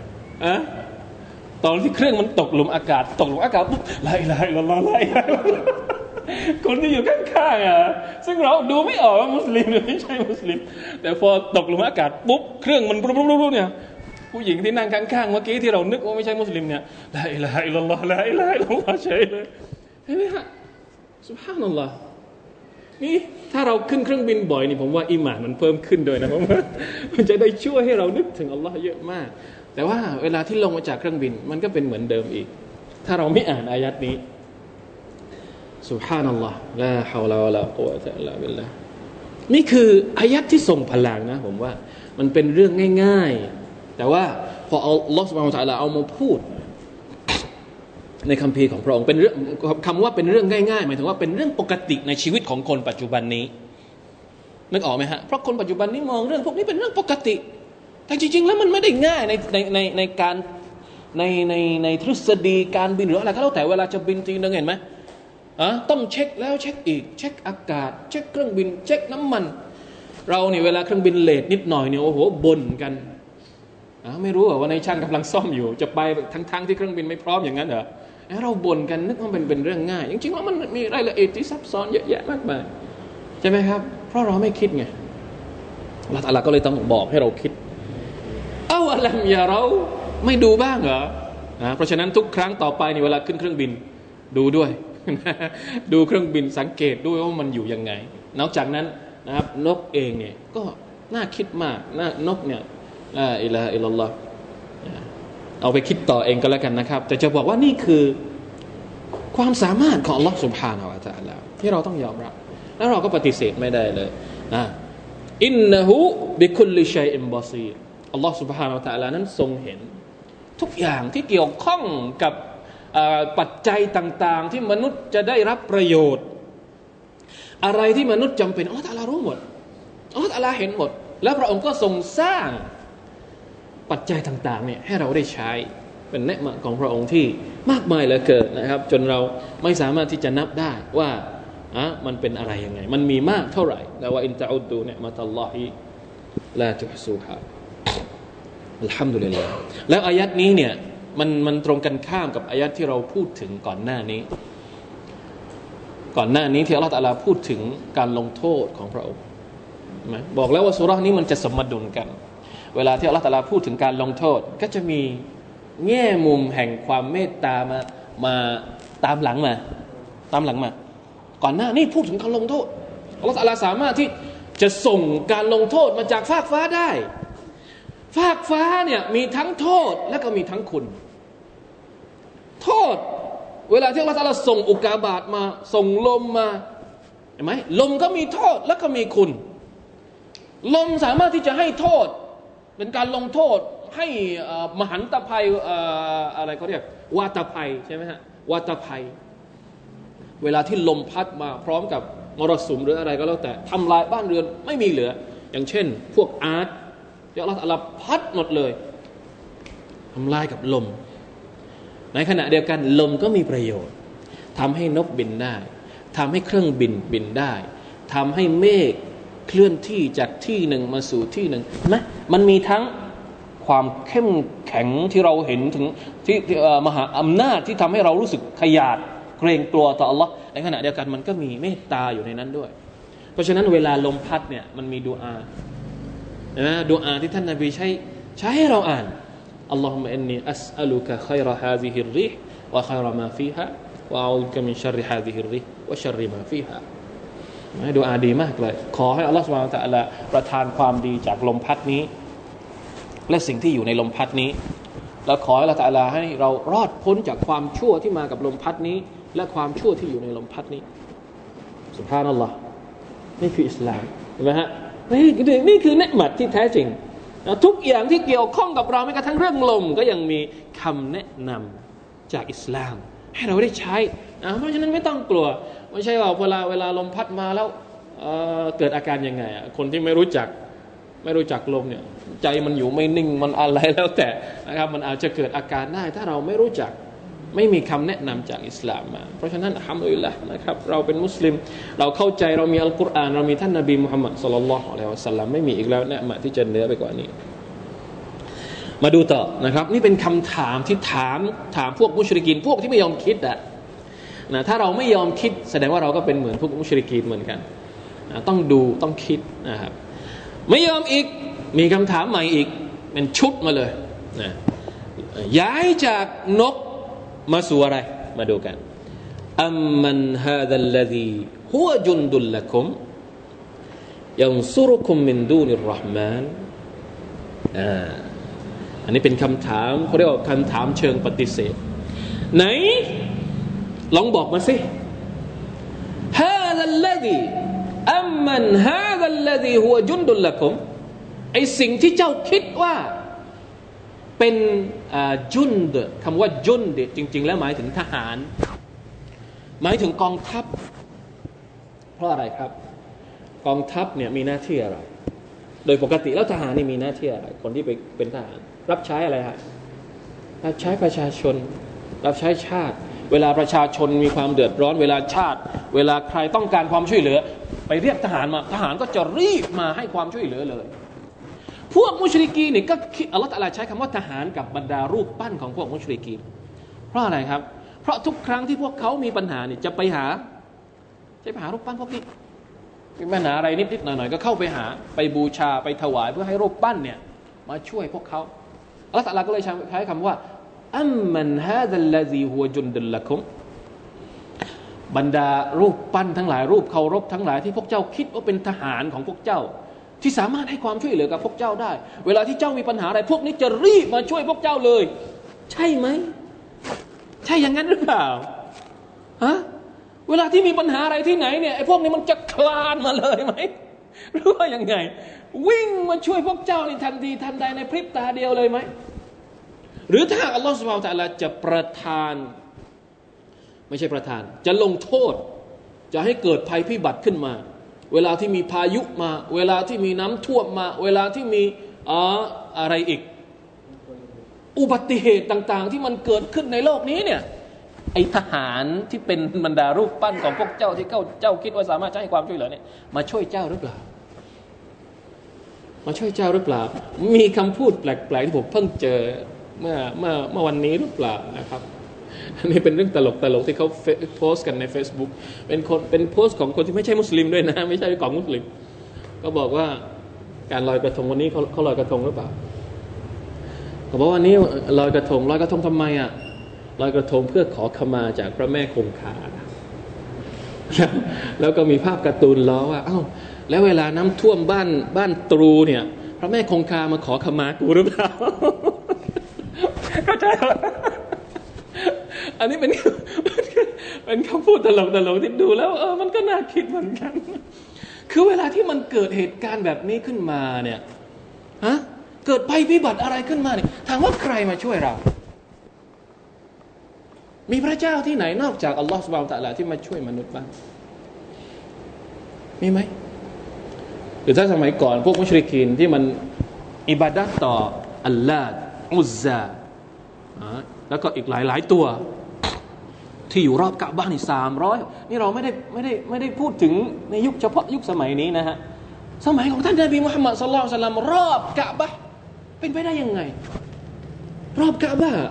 S1: ตอนที่เครื่องมันตกหลุมอากาศปุ๊บลาอิลาฮะอิลลัลลอฮ์ลาอิลาฮะอิลลัลลอฮ์คนที่อยู่ข้างๆซึ่งเราดูไม่ออกว่ามุสลิมหรือไม่ใช่มุสลิมแต่พอตกหลุมอากาศปุ๊บเครื่องมันปุ๊บเนี่ยผู้หญิงที่นั่งข้างๆเมื่อกี้ที่เรานึกว่าไม่ใช่มุสลิมเนี่ยลาอิลาฮะอิลลัลลอฮ์ลาอิลาฮะอิลลัลลอฮ์ใช่เลยเห็นไหมฮะซุบฮานัลลอฮ์นี่ถ้าเราขึ้นเครื่องบินบ่อยนี่ผมว่าอีหม่านมันเพิ่มขึ้นโดยนะผมว่ามันจะได้ช่วยให้เรานึกถึงอัลลอฮ์เยอะมากแต่ว่าเวลาที่ลงมาจากเครื่องบินมันก็เป็นเหมือนเดิมอีกถ้าเราไม่อ่านอายัดนี้ซุบฮานัลลอฮ์ลาฮาวลาวะลากุวะตะอิลลาบิลลาห์นี่คืออายัดที่ทรงพลังนะผมว่ามันเป็นเรื่องง่ายๆแต่ว่าพออัลลอฮ์ซุบฮานะฮูวะตะอาลาเอามาพูดในคัมภีร์ของพระองค์เป็นเรื่องคำว่าเป็นเรื่องง่ายๆหมายถึงว่าเป็นเรื่องปกติในชีวิตของคนปัจจุบันนี้นึกออกไหมฮะเพราะคนปัจจุบันนี้มองเรื่องพวกนี้เป็นเรื่องปกติแต่จริงๆแล้วมันไม่ได้ง่ายในการในทฤษฎีการบินหรืออะไรก็แล้วแต่เวลาจะบินจริงๆเห็นไหมต้องเช็คแล้วเช็คอีกเช็คอากาศเช็คเครื่องบินเช็คน้ำมันเราเนี่ยเวลาเครื่องบินเลทนิดหน่อยเนี่ยโอ้โหบ่นกันไม่รู้ว่าในช่างกำลังซ่อมอยู่จะไปทั้งที่เครื่องบินไม่พร้อมอย่างนั้นเหรอเราบ่นกันนึกว่าเป็นเรื่องง่ายจริงๆแล้วมันมีรายละเอียดที่ซับซ้อนเยอะแยะมากมายใช่ไหมครับเพราะเราไม่คิดไงอัลเลาะห์ตะอาลาก็เลยต้องบอกให้เราคิดเอาอะลัมยะเราไม่ดูบ้างเหรอเพราะฉะนั้นทุกครั้งต่อไปในเวลาขึ้นเครื่องบินดูด้วยดูเครื่องบินสังเกตด้วยว่ามันอยู่ยังไงนอกจากนั้นนะครับนกเองเนี่ยก็น่าคิดมากนกเนี่ยลาอิลาฮะอิลลัลลอฮ์เอาไปคิดต่อเองก็แล้วกันนะครับแต่จะบอกว่านี่คือความสามารถของอัลลอฮ์ سبحانه และ تعالى ที่เราต้องยอมรับแล้วเราก็ปฏิเสธไม่ได้เลยอินนะฮูบิคุลลิชัยอินบอซีรอัลลอฮ์ سبحانه และ تعالى นั้นทรงเห็นทุกอย่างที่เกี่ยวข้องกับปัจจัยต่างๆที่มนุษย์จะได้รับประโยชน์อะไรที่มนุษย์จำเป็นอัลลอฮ์ تعالى รู้หมดอัลลอฮ์ تعالى เห็นหมดแล้วพระองค์ก็ทรงสร้างปัจจัยต่างๆเนี่ยให้เราได้ใช้เป็นเนืมัตของพระองค์ที่มากมายเหลือเกินนะครับจนเราไม่สามารถที่จะนับได้ว่ามันเป็นอะไรยังไงมันมีมากเท่าไหร่แล้วว่าอินตะอุดดูเนืมัตัลลอฮิลาตุฮซูฮาอัลฮัมดุลิลลาห์แล้วอายัดนี้เนี่ยมันตรงกันข้ามกับอายัดที่เราพูดถึงก่อนหน้านี้ที่อัลเลาะห์ตะอาลาพูดถึงการลงโทษของพระองค์บอกแล้วว่าซูเราะห์นี้มันจะสมดุลกันเวลาที่อัลเลาะห์ตะอาลาพูดถึงการลงโทษก็จะมีแง่มุมแห่งความเมตตามาตามหลังมาก่อนหน้านี้พูดถึงการลงโทษอัลเลาะห์ตะอาลาสามารถที่จะส่งการลงโทษมาจากฟากฟ้าได้ฟากฟ้าเนี่ยมีทั้งโทษและก็มีทั้งคุณโทษเวลาที่อัลเลาะห์ตะอาลาส่งอุกาบาตมาส่งลมมาเห็นไหมลมก็มีโทษแล้วก็มีคุณลมสามารถที่จะให้โทษเป็นการลงโทษให้มหันตภัยอะไรเขาเรียกวาตภัยใช่ไหมฮะวาตภัยเวลาที่ลมพัดมาพร้อมกับมรสุมหรืออะไรก็แล้วแต่ทำลายบ้านเรือนไม่มีเหลืออย่างเช่นพวกอาร์ตที่อัลเลาะห์ตะอาลาพัดหมดเลยทำลายกับลมในขณะเดียวกันลมก็มีประโยชน์ทำให้นกบินได้ทำให้เครื่องบินได้ทำให้เมฆเคลื่อนที่จากที่หนึ่งมาสู่ที่หนึ่งเห็นไหมมันมีทั้งความเข้มแข็งที่เราเห็นถึงที่มหาอำนาจที่ทำให้เรารู้สึกขยาดเกรงกลัวต่ออัลลอฮ์ในขณะเดียวกันมันก็มีเมตตาอยู่ในนั้นด้วยเพราะฉะนั้นเวลาลมพัดเนี่ยมันมีดุอานะดุอาที่ท่านนบีใช้ให้เราอ่านอัลลอฮุมะอินนีอัสอัลุกะค็อยรอฮาซิฮิรริฮ์วะค็อยรอมาฟีฮา วะอูซุบิกะมินชัรริฮาซิฮิรริฮ์วะชัรริมาฟีฮาดุอาดีมากเลยขอให้อัลลอฮฺซุบฮานะฮูวะตะอาลาประทานความดีจากลมพัดนี้และสิ่งที่อยู่ในลมพัดนี้แล้วขอให้อัลลอฮฺตะอาลาให้เรารอดพ้นจากความชั่วที่มากับลมพัดนี้และความชั่วที่อยู่ในลมพัดนี้ซุบฮานัลลอฮ์นี่คืออิสลามเห็นไหมฮะนี่คือเนืมัดที่แท้จริงทุกอย่างที่เกี่ยวข้องกับเราแม้กระทั่งเรื่องลมก็ยังมีคำแนะนำจากอิสลามให้เราได้ใช้เพราะฉะนั้นไม่ต้องกลัวไม่ใช่ว่าเวลาลมพัดมาแล้วเกิดอาการยังไงคนที่ไม่รู้จักลมเนี่ยใจมันอยู่ไม่นิ่งมันอะไรแล้วแต่นะครับมันอาจจะเกิดอาการได้ถ้าเราไม่รู้จักไม่มีคำแนะนำจากอิสลามมาเพราะฉะนั้นอัลฮัมดุลิลละห์นะครับเราเป็นมุสลิมเราเข้าใจเรามีอัลกุรอานเรามีท่านนบีมุฮัมมัดศ็อลลัลลอฮุอะลัยฮิวะซัลลัมไม่มีอีกแล้วเนืมัดที่จะเหนือไปกว่านี้มาดูต่อนะครับนี่เป็นคำถามที่ถามพวกมุชริกีนพวกที่ไม่ยอมคิดนะถ้าเราไม่ยอมคิดแสดงว่าเราก็เป็นเหมือนพวกมุชริกีนเหมือนกันต้องดูต้องคิดนะครับไม่ยอมอีกมีคำถามใหม่อีกเป็นชุดมาเลยนะย้ายจากนกมาสู่อะไรมาดูกันอัมมันฮาซัลลซีฮุวะจุนดุลละกุมยันซุรุกุมมินดูนิรเราะห์มานอันนี้เป็นคำถามเขาเรียกว่าคำถามเชิงปฏิเสธไหนลองบอกมาสิฮาซัลลซีอัมมันฮาซัลลซีฮุวะจุนดุลละกุมไอ้สิ่งที่เจ้าคิดว่าเป็นจุนดคำว่าจุนดจริงๆแล้วหมายถึงทหารหมายถึงกองทัพเพราะอะไรครับกองทัพเนี่ยมีหน้าที่อะไรโดยปกติแล้วทหารนี่มีหน้าที่อะไรคนที่ไปเป็นทหารรับใช้อะไรฮะรับใช้ประชาชนรับใช้ชาติเวลาประชาชนมีความเดือดร้อนเวลาชาติเวลาใครต้องการความช่วยเหลือไปเรียกทหารมาทหารก็จะรีบมาให้ความช่วยเหลือเลยพวกมุชริกีนนี่ก็อัลเลาะห์ตะอาลาใช้คำว่าทหารกับบรรดารูปปั้นของพวกมุชริกีนเพราะอะไรครับเพราะทุกครั้งที่พวกเขามีปัญหาเนี่ยจะไปหารูปปั้นพวกนี้มีปัญหาอะไรนิดๆหน่อยๆก็เข้าไปหาไปบูชาไปถวายเพื่อให้รูปปั้นเนี่ยมาช่วยพวกเขาอัลเลาะห์ตะอาลาก็เลยใช้คำว่าอัมมันฮาซัลลซีฮุวะจุนดุลละกุมบรรดารูปปั้นทั้งหลายรูปเคารพทั้งหลายที่พวกเจ้าคิดว่าเป็นทหารของพวกเจ้าที่สามารถให้ความช่วยเหลือกับพวกเจ้าได้เวลาที่เจ้ามีปัญหาอะไรพวกนี้จะรีบมาช่วยพวกเจ้าเลยใช่ไหมใช่อย่างนั้นหรือเปล่าฮะเวลาที่มีปัญหาอะไรที่ไหนเนี่ยไอ้พวกนี้มันจะคลานมาเลยไหมหรือว่ายังไงวิ่งมาช่วยพวกเจ้าในทันทีทันใดในพริบตาเดียวเลยไหมหรือถ้าอัลลอฮฺซุบฮานะฮูวะตะอาลาจะประทานไม่ใช่ประทานจะลงโทษจะให้เกิดภัยพิบัติขึ้นมาเวลาที่มีพายุมาเวลาที่มีน้ำท่วมมาเวลาที่มีอะไรอีกอุบัติเหตุต่างๆที่มันเกิดขึ้นในโลกนี้เนี่ยไอ้ทหารที่เป็นบรรดารูปปั้นของพวกเจ้าที่เจ้าคิดว่าสามารถจะให้ความช่วยเหลือเนี่ยมาช่วยเจ้าหรือเปล่ามาช่วยเจ้าหรือเปล่ามีคำพูดแปลกๆที่ผมเพิ่งเจอเมื่อวันนี้หรือเปล่านะครับอันนี้เป็นเรื่องตลกที่เขาโพสต์กันใน Facebook เป็นโพสต์ของคนที่ไม่ใช่มุสลิมด้วยนะไม่ใช่ของมุสลิมก็บอกว่าการลอยกระทงวันนี้เขาลอยกระทงหรือเปล่าเขาบอกว่าวันนี้ลอยกระทงทำไมลอยกระทงเพื่อขอขมาจากพระแม่คงคาแล้วก็มีภาพการ์ตูนล้อว่าแล้วเวลาน้ำท่วมบ้านตรูเนี่ยพระแม่คงคามาขอขมากูหรือเปล่าเข้าใจอันนี้เป็นคำพูดตลกที่ดูแล้วมันก็น่าคิดเหมือนกันคือเวลาที่มันเกิดเหตุการณ์แบบนี้ขึ้นมาเนี่ยเกิดภัยพิบัติอะไรขึ้นมาเนี่ยถามว่าใครมาช่วยเรามีพระเจ้าที่ไหนนอกจากอัลลอฮฺซุบฮานะฮูวะตะอาลาที่มาช่วยมนุษย์บ้างมีไหมหรือถ้าสมัยก่อนพวกมุชริกีนที่มันอิบาดะห์ต่ออัลลาฮ์อุซซาแล้วก็อีกหลายตัวที่อยู่รอบกะบะห์นี่300นี่เราไม่ได้พูดถึงในยุคเฉพาะยุคสมัยนี้นะฮะสมัยของท่านนบีมุฮัมมัดศ็อลลัลลอฮุอะลัยฮิวะซัลลัมรอบกะบะห์เป็นไปได้ยังไงรอบกะบะห์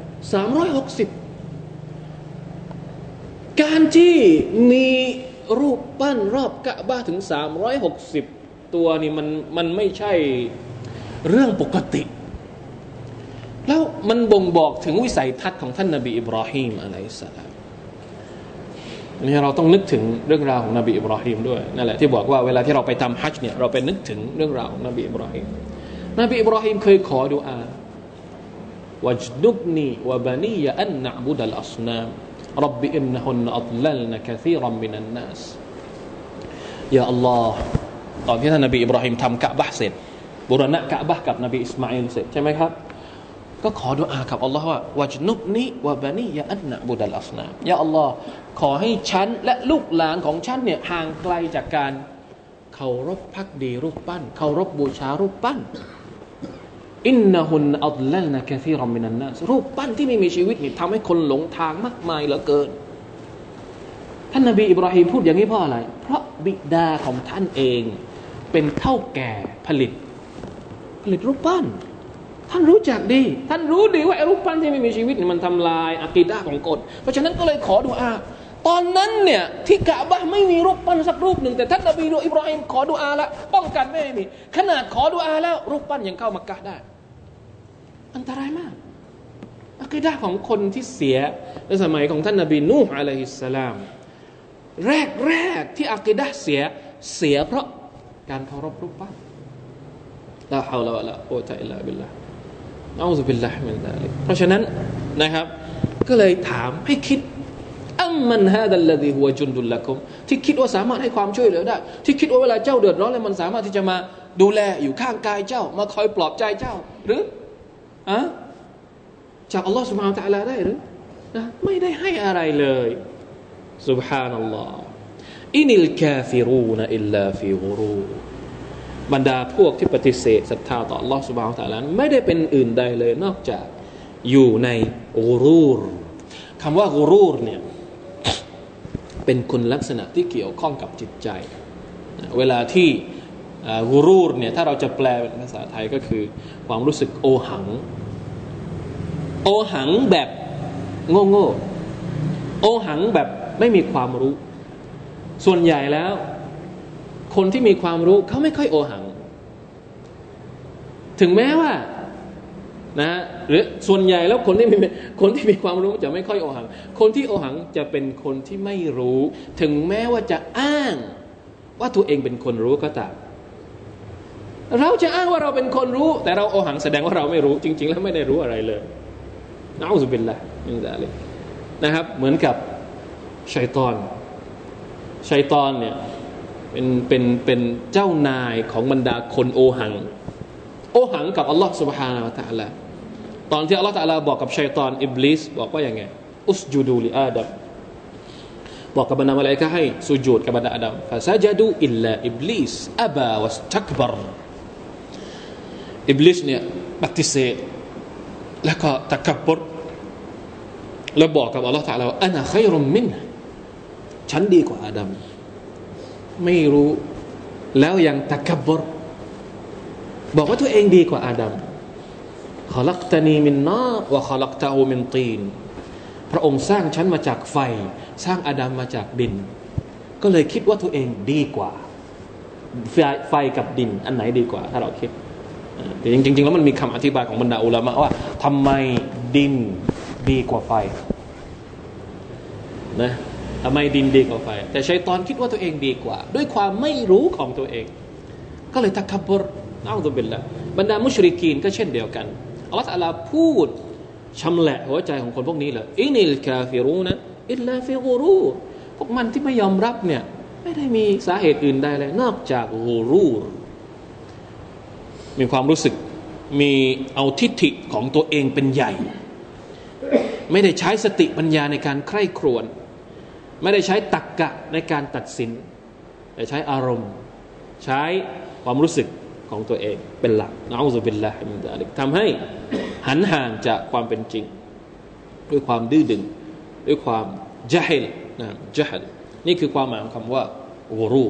S1: 360การที่มีรูปปั้นรอบกะบะห์ถึง360ตัวนี่มันไม่ใช่เรื่องปกติแล้วมันบ่งบอกถึงวิสัยทัศน์ของท่านนบีอิบราฮิมอะลัยฮิสสลามนี่เราต้องนึกถึงเรื่องราวของนบีอิบราฮิมด้วยนั่นแหละที่บอกว่าเวลาที่เราไปทำฮัจญ์เนี่ยเราไปนึกถึงเรื่องราวของนบีอิบราฮิมเคยขอดุอาวัจดุบนีวะบานียะอันนะอ์บุดัลอัศนามรับบิอินนะฮุนอัฎลัลนะกะซีรัมมินันนัสยาอัลลอฮ์ตอนที่ท่านนบีอิบราฮิมทำกะบะห์เสร็จบูรณะกะบะห์กับนบีอิสมาอิลเสร็จใช่ไหมครับก็ขอดุอากับอัลลอฮ์ว่าวัจนุบนีวะบานียะอันนะอ์บุดัลอัศนามยาอัลลอฮ์ขอให้ฉันและลูกหลานของฉันเนี่ยห่างไกลจากการเคารพภักดีรูปปั้นเคารพบูชารูปปั้นอินนะฮุนอัฎลัลนะกะซีรัมมินันนัสรูปปั้นที่ไม่มีชีวิตนี่ทำให้คนหลงทางมากมายเหลือเกินท่านนบีอิบราฮิมพูดอย่างนี้เพราะอะไรเพราะบิดาของท่านเองเป็นเท่าแก่ผลิตรูปปั้นท่านรู้จักดีท่านรู้ดีว่าไอ้รูปปั้นที่ไม่มีชีวิตนี่มันทำลายอะกีดะห์ของคนเพราะฉะนั้นก็เลยขอดุอาตอนนั้นเนี่ยที่กะบะห์ไม่มีรูปปั้นสักรูปหนึ่งแต่ท่านนบีอิบราฮิมขอดุอาแล้วป้องกันไม่ให้มีขนาดขอดุอาแล้วรูปปั้นยังเข้ามักกะฮ์ได้อันตรายมากอะกีดะห์ของคนที่เสียในสมัยของท่านนบีนูห์อะลัยฮิสสลามแรกที่อะกีดะห์เสียเพราะการเคารพรูปปั้นลาฮาวละวะลากุวะตะอิลลาบิลลาฮ์เอาซุบิลลาฮิมินซาลิกเพราะฉะนั้นนะครับก็เลยถามให้คิดอัมมันฮาดัลลซีฮุวะจุนดุลละกุมที่คิดว่าสามารถให้ความช่วยเหลือได้ที่คิดว่าเวลาเจ้าเดือดร้อนแล้วมันสามารถที่จะมาดูแลอยู่ข้างกายเจ้ามาคอยปลอบใจเจ้าหรือจากอัลลอฮฺซุบฮานะฮูวะตะอาลาได้หรือนะไม่ได้ให้อะไรเลยซุบฮานัลลอฮ์อินิลกาฟิรูนอิลลาฟิกุรูบรรดาพวกที่ปฏิเสธศรัทธาต่อ Allah Subhanahu Wa Taala ไม่ได้เป็นอื่นใดเลยนอกจากอยู่ในกุรูรคำว่ากุรูรเนี่ยเป็นคุณลักษณะที่เกี่ยวข้องกับจิตใจเวลาที่กุรูรเนี่ยถ้าเราจะแปลเป็นภาษาไทยก็คือความรู้สึกโอหังแบบโง่โอหังแบบไม่มีความรู้ส่วนใหญ่แล้วคนที่มีความรู้เขาไม่ค่อยโอหังถึงแม้ว่านะหรือส่วนใหญ่แล้วคนที่มีความรู้จะไม่ค่อยโอหังคนที่โอหังจะเป็นคนที่ไม่รู้ถึงแม้ว่าจะอ้างว่าตัวเองเป็นคนรู้ก็ตามเราจะอ้างว่าเราเป็นคนรู้แต่เราโอหังแสดงว่าเราไม่รู้จริงๆแล้วไม่ได้รู้อะไรเลยนะอูซุบิลลาฮ์มินซาลิกนะครับเหมือนกับชัยฏอนเนี่ยเป็นเจ้านายของบรรดาคนโอหังกับอัลลอฮฺ سبحانه และ تعالى ตอนที่อัลลอฮฺ تعالى บอกกับชัยฏอนอิบลิสบอกว่าอย่างไงอุสจุดูลิอาดัมบอกกับบรรดามลาอิกะฮ์ให้สุญูดกับบรรดาอาดัมฟะซะญะดูอิลลาอิบลิสอะบาวัสตักบัรอิบลิสเนี่ยปฏิเสธแล้วก็ตะกับบรแล้วบอกกับอัลลอฮฺ تعالى ว่าอะนะค็อยรุมมินฮ์ฉันดีกว่าอาดัมไม่รู้แล้วยังตะกับบรบอกว่าตัวเองดีกว่าอาดัมขอลักตานีมินนาวะขอลักตาอูมินตีนพระองค์สร้างฉันมาจากไฟสร้างอาดัมมาจากดินก็เลยคิดว่าตัวเองดีกว่าไฟกับดินอันไหนดีกว่าถ้าเราคิดแต่จริงๆแล้วมันมีคำอธิบายของบรรดาอุลามะว่าทำไมดินดีกว่าไฟนะทำไมดินดีกว่าไฟแต่ชัยฏอนคิดว่าตัวเองดีกว่าด้วยความไม่รู้ของตัวเองก็เลยตะกับบรนะอูซุบิลละบรรดามุชริกีนก็เช่นเดียวกันอัลเลาะห์ตะอาลาพูดชำแหละหัวใจของคนพวกนี้เหรออินิลกาฟิรูนะอิลลาฟิกูรูพวกมันที่ไม่ยอมรับเนี่ยไม่ได้มีสาเหตุอื่นใดเลยนอกจากกูรูมีความรู้สึกมีเอาทิฏฐิของตัวเองเป็นใหญ่ไม่ได้ใช้สติปัญญาในการใคร่ครวญไม่ได้ใช้ตรรกะในการตัดสินแต่ใช้อารมณ์ใช้ความรู้สึกของตัวเองเป็นหลักนะอูซุบิลลาฮิมินซาลิกทำให้หันห่างจากความเป็นจริงด้วยความดื้อดึงด้วยความญะฮิลนะญะฮลนี่คือความหมายของคำว่ากูรู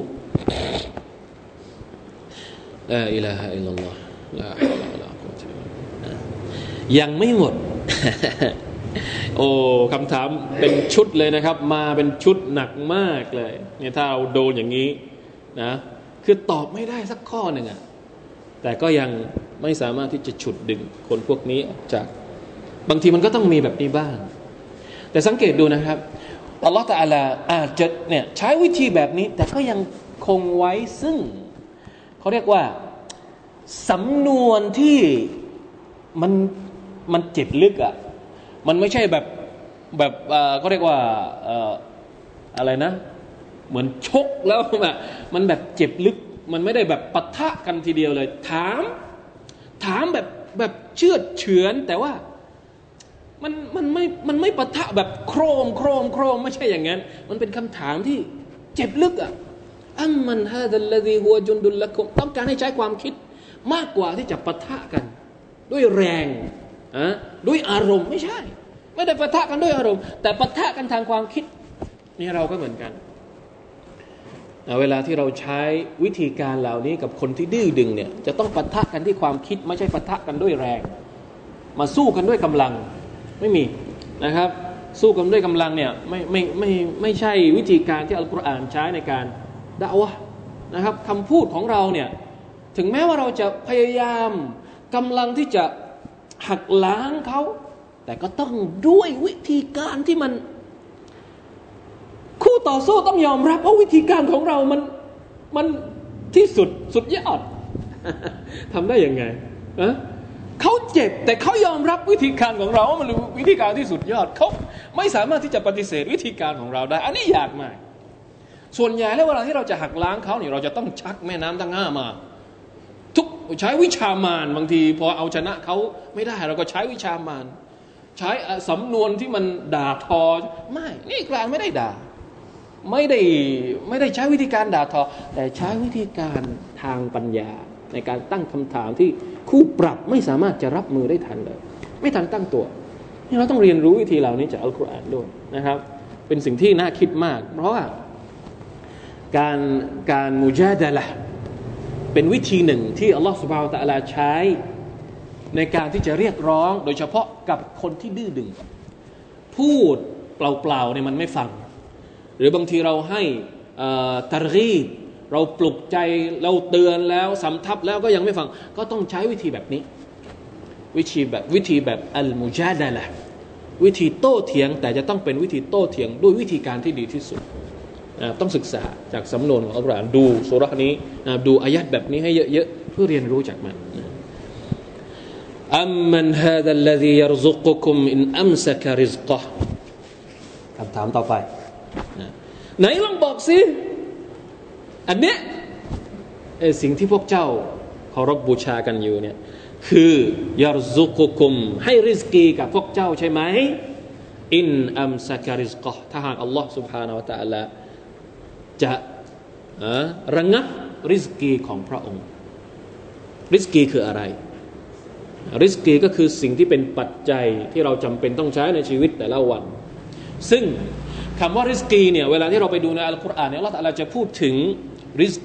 S1: ลาอิลาฮะอิลลัลลอฮ์ลาฮาวะลากุวะตะอิลลัลลอฮ์ยังไม่หมด โอ้คำถามเป็นชุดเลยนะครับมาเป็นชุดหนักมากเลยเนี่ยถ้าเราโดนอย่างนี้นะคือตอบไม่ได้สักข้อหนึ่งอ่ะแต่ก็ยังไม่สามารถที่จะฉุดดึงคนพวกนี้ออกจากบางทีมันก็ต้องมีแบบนี้บ้างแต่สังเกตดูนะครับอัลลอฮฺตะอาลาอาจจะเนี่ยใช้วิธีแบบนี้แต่ก็ยังคงไว้ซึ่งเขาเรียกว่าสำนวนที่มันเจ็บลึกอ่ะมันไม่ใช่แบบเขาเรียกว่าอะไรนะเหมือนชกแล้วแบบมันแบบเจ็บลึกมันไม่ได้แบบปะทะกันทีเดียวเลยถามแบบเชื่อเฉือนแต่ว่ามันไม่ปะทะแบบโครมไม่ใช่อย่างนั้นมันเป็นคำถามที่เจ็บลึกอ่ะอัมมันฮาซัลลซีฮุวะจุนดุลละกุมต้องการให้ใช้ความคิดมากกว่าที่จะปะทะกันด้วยแรงด้วยอารมณ์ไม่ใช่ไม่ได้ปะทะกันด้วยอารมณ์แต่ปะทะกันทางความคิดนี่เราก็เหมือนกันเวลาที่เราใช้วิธีการเหล่านี้กับคนที่ดื้อดึงเนี่ยจะต้องปะทะกันที่ความคิดไม่ใช่ปะทะกันด้วยแรงมาสู้กันด้วยกำลังไม่มีนะครับสู้กันด้วยกำลังเนี่ยไม่ใช่วิธีการที่อัลกุรอานใช้ในการดะอ์วะห์นะครับคำพูดของเราเนี่ยถึงแม้ว่าเราจะพยายามกำลังที่จะหักล้างเขาแต่ก็ต้องด้วยวิธีการที่มันคู่ต่อสู้ต้องยอมรับว่าวิธีการของเรามันที่สุดยอด ทำได้ยังไงเขาเจ็บแต่เขายอมรับวิธีการของเราว่ามันวิธีการที่สุดยอดเขาไม่สามารถที่จะปฏิเสธวิธีการของเราได้อันนี้ยากมากส่วนใหญ่แล้วเวลาที่เราจะหักล้างเขาเนี่ยเราจะต้องชักแม่น้ำทั้ง5มาทุกใช้วิชามารบางทีพอเอาชนะเขาไม่ได้เราก็ใช้วิชามารใช้สำนวนที่มันด่าทอไม่นี่กลางไม่ได้ด่าไม่ได้ใช้วิธีการด่าทอแต่ใช้วิธีการทางปัญญาในการตั้งคำถามที่คู่ปรับไม่สามารถจะรับมือได้ทันเลยไม่ทันตั้งตัวนี่เราต้องเรียนรู้วิธีเหล่านี้จากอัลกุรอานด้วยนะครับเป็นสิ่งที่น่าคิดมากเพราะว่าการมุญาดะละห์เป็นวิธีหนึ่งที่อัลลอฮฺซุบฮานะฮูวะตะอาลาใช้ในการที่จะเรียกร้องโดยเฉพาะกับคนที่ดื้อดึงพูดเปล่าๆเนี่ยมันไม่ฟังหรือบางทีเราให้ตะรกีบเราปลุกใจเราเตือนแล้วสำทับแล้วก็ยังไม่ฟังก็ต้องใช้วิธีแบบนี้วิธีแบบอัลมุญาดะละห์วิธีโต้เถียงแต่จะต้องเป็นวิธีโต้เถียงด้วยวิธีการที่ดีที่สุดต้องศึกษาจากสำนวนของอัลกุรอานดูซูเราะห์นี้ดูอายัดแบบนี้ให้เยอะๆเพื่อเรียนรู้จากมันอัมมันฮาซัลลซียัรซุกุกุมอินอัมซะกะริซกะฮ์คำถามต่อไปไหนลองบอกสิอันเนี้ยสิ่งที่พวกเจ้าเคารพบูชากันอยู่เนี่ยคือยัรซุกุกุมให้ริซกีกับพวกเจ้าใช่ไหมอินอัมซะกะริซกะฮ์ถ้าหากอัลลอฮ์ سبحانه และ تعالى จะระงับริซกีของพระองค์ริซกีคืออะไรริซกีก็คือสิ่งที่เป็นปัจจัยที่เราจำเป็นต้องใช้ในชีวิตแต่ละวันซึ่งคำว่าริซกีเนี่ยเวลาที่เราไปดูในอัลกุรอานเนี่ยอัลเลาะห์ตะอาลาจะพูดถึงริซ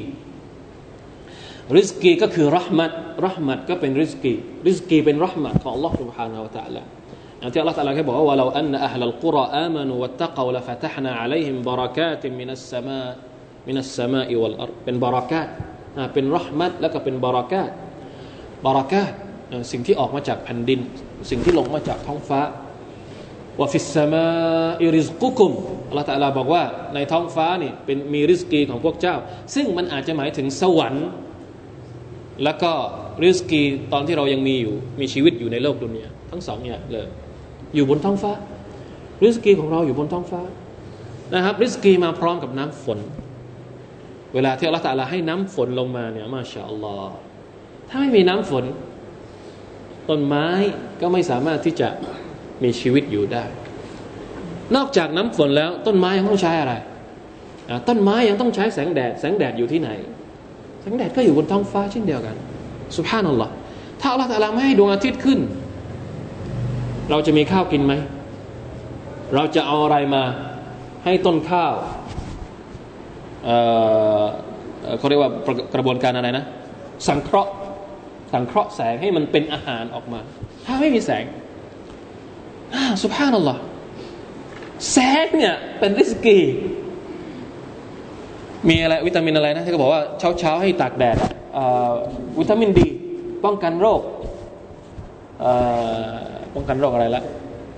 S1: กีก็คือเราะห์มัตก็เป็นริซกีเป็นเราะห์มัตของอัลเลาะห์ سبحانه และ تعالى อย่างที่อัลเลาะห์ตะอาลาเคยบอกว่าว่าเราอันนะอะห์ลัลกุรออามานูวัตตะกอละฟะตะห์นาอะลัยฮิมบะเราะกาติมินัสสมาอิวัลอัรฎเป็นบะเราะกาตเป็นเราะห์มัตแล้วก็เป็นบะเราะกาตสิ่งที่ออกมาจากแผ่นดินสิ่งที่ลงมาจากท้องฟ้าวะฟิสสมาอิริซกุกุมอัลเลาะห์ตะอาลาบอกว่าในท้องฟ้านี่เป็นมีริซกีของพวกเจ้าซึ่งมันอาจจะหมายถึงสวรรค์แล้วก็ริซกีตอนที่เรายังมีชีวิตอยู่ในโลกดุนยาทั้งสองอย่างเลยอยู่บนท้องฟ้าริสกีของเราอยู่บนท้องฟ้านะครับริสกีมาพร้อมกับน้ำฝนเวลาที่อัลเลาะห์ตะอาลาให้น้ำฝนลงมาเนี่ยมาชาอัลลอฮ์ถ้าไม่มีน้ำฝนต้นไม้ก็ไม่สามารถที่จะมีชีวิตอยู่ได้นอกจากน้ำฝนแล้วต้นไม้ยังต้องใช้อะไรต้นไม้ยังต้องใช้แสงแดดอยู่ที่ไหนแสงแดดก็อยู่บนท้องฟ้าเช่นเดียวกันซุบฮานัลลอฮ์ถ้าอัลเลาะห์ตะอาลาไม่ให้ดวงอาทิตย์ขึ้นเราจะมีข้าวกินไหมเราจะเอาอะไรมาให้ต้นข้าวเขาเรียกว่ากระบวนการอะไรนะสังเคราะห์แสงให้มันเป็นอาหารออกมาถ้าไม่มีแสงซุบฮานัลลอฮ์แสงเนี่ยเป็นริสกีมีอะไรวิตามินอะไรนะที่เขาบอกว่าเช้าให้ตากแดดวิตามินดีป้องกันโรคอะไรละ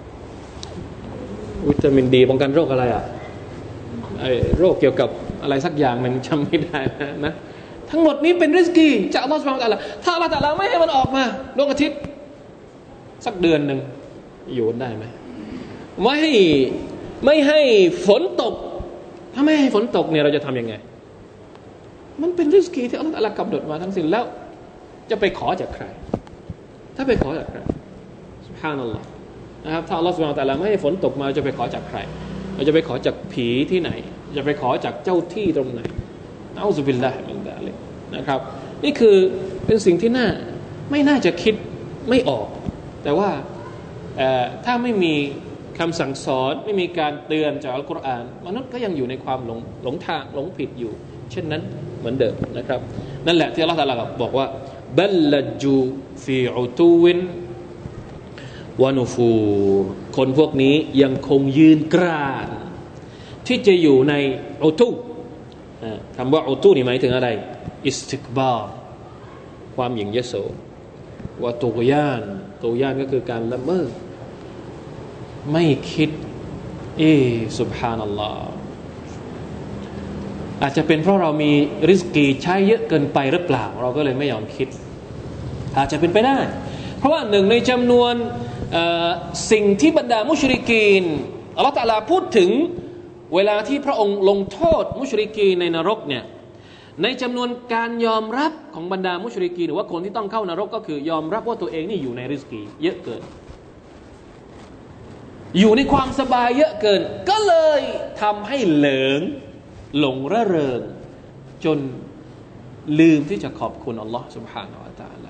S1: วิตามินดีป้องกันโรคอะไรโรคเกี่ยวกับอะไรสักอย่างนึงจำไม่ได้นะทั้งหมดนี้เป็นริสกีจากอัลเลาะห์ซุบฮานะฮูวะตะอาลาถ้าอัลเลาะห์ตะอาลาไม่ให้มันออกมาดวงอาทิตย์สักเดือนนึงอยู่ได้ไหมไม่ให้ฝนตกถ้าไม่ให้ฝนตกเนี่ยเราจะทำยังไงมันเป็นริสกีที่อัลเลาะห์ตะอาลากำหนดมาทั้งสิ้นแล้วจะไปขอจากใครถ้าไปขอจากใครซุบฮานัลลอฮ์นะครับถ้าอัลเลาะห์ซุบฮานะฮูวะตะอาลาไม่ให้ฝนตกมาจะไปขอจากใครเราจะไปขอจากผีที่ไหนจะไปขอจากเจ้าที่ตรงไหนนะอูซุบิลลาฮิมินซาลิกนะครับนี่คือเป็นสิ่งที่ไม่น่าจะคิดไม่ออกแต่ว่าถ้าไม่มีคำสั่งสอนไม่มีการเตือนจากอัลกุรอานมนุษย์ก็ยังอยู่ในความหลงทางหลงผิดอยู่เช่นนั้นเหมือนเดิมนะครับนั่นแหละที่อัลเลาะห์ตะอาลาบอกว่าบัลลัจูฟีอุตูวินวะนูฟูรคนพวกนี้ยังคงยืนกรานที่จะอยู่ในอุตูคำว่าอุตูนี่หมายถึงอะไรอิสติกบาร์ความหยิ่งยโสวะตุกยานก็คือการละเมิดไม่คิดซุบฮานัลลอฮ์อาจจะเป็นเพราะเรามีริสกีใช้เยอะเกินไปหรือเปล่าเราก็เลยไม่ยอมคิดอาจจะเป็นไปได้เพราะว่าหนึ่งในจำนวนสิ่งที่บรรดามุชริกีนอัลเลาะห์ตะอาลาพูดถึงเวลาที่พระองค์ลงโทษมุชริกีนในนรกเนี่ยในจำนวนการยอมรับของบรรดามุชริกีนหรือว่าคนที่ต้องเข้านรกก็คือยอมรับว่าตัวเองนี่อยู่ในริสกีเยอะเกินอยู่ในความสบายเยอะเกินก็เลยทำให้หลงระเริงจนลืมที่จะขอบคุณอัลลอฮ์ سبحانه และ تعالى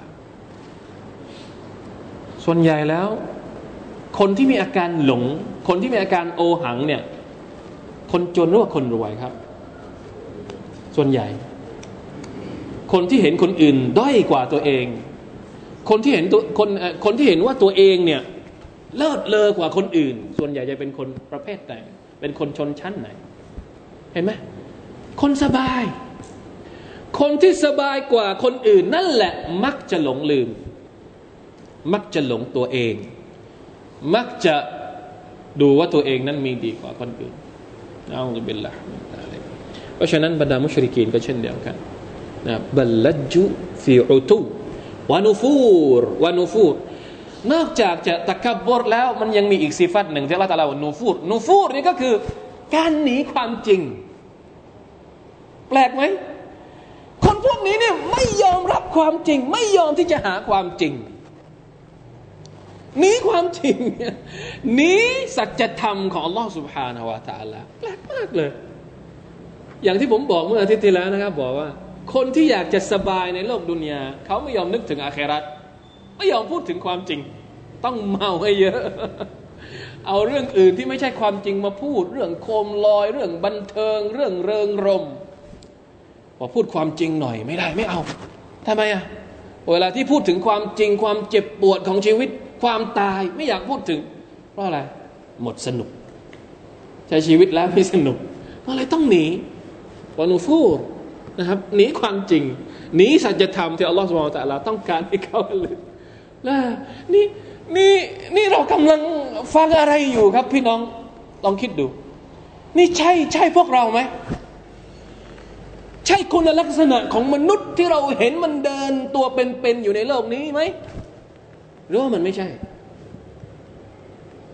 S1: ส่วนใหญ่แล้วคนที่มีอาการหลงคนที่มีอาการโอหังเนี่ยคนจนหรือว่าคนรวยครับส่วนใหญ่คนที่เห็นคนอื่นด้อยกว่าตัวเองคนที่เห็นว่าตัวเองเนี่ยเลิศเลอกว่าคนอื่นส่วนใหญ่จะเป็นคนประเภทไหนเป็นคนชนชั้นไหนเห็นไหมคนสบายคนที่สบายกว่าคนอื่นนั่นแหละมักจะหลงลืมมักจะหลงตัวเองมักจะดูว่าตัวเองนั้นมีดีกว่าคนอื่นเอาซุบิลลาฮ์เพราะฉะนั้นบรรดามุชริกีนก็เช่นเดียวกันนะบัลลัจุฟีอุตุวะนูฟูรนอกจากจะตะกับบรแล้วมันยังมีอีกสิฟัตหนึ่งที่อัลเลาะห์ตะอาลาว่านูฟูรนี่ก็คือการหนีความจริงแปลกไหมคนพวกนี้เนี่ยไม่ยอมรับความจริงไม่ยอมที่จะหาความจริงหนีความจริงหนีสัจธรรมของอัลลอฮฺ سبحانه และ تعالى แปลกมากเลยอย่างที่ผมบอกเมื่ออาทิตย์ที่แล้วนะครับบอกว่าคนที่อยากจะสบายในโลกดุนยาเขาไม่ยอมนึกถึงอาคิเราะห์ไม่ยอมพูดถึงความจริงต้องเมาให้เยอะเอาเรื่องอื่นที่ไม่ใช่ความจริงมาพูดเรื่องโคมลอยเรื่องบันเทิงเรื่องเริงรมย์พอพูดความจริงหน่อยไม่ได้ไม่เอาทำไมอ่ะเวลาที่พูดถึงความจริงความเจ็บปวดของชีวิตความตายไม่อยากพูดถึงเพราะอะไรหมดสนุกใช้ชีวิตแล้วไม่สนุกก็เลยต้องหนีวานูฟูรนะครับหนีความจริงหนีสัจธรรมที่อัลลอฮฺซุบฮานะฮูวะตะอาลาต้องการให้เขาเลยแล้วนี่เรากำลังฟังอะไรอยู่ครับพี่น้องลองคิดดูนี่ใช่พวกเราไหมใช่คุณลักษณะของมนุษย์ที่เราเห็นมันเดินตัวเป็นๆอยู่ในโลกนี้ไหมหรือว่ามันไม่ใช่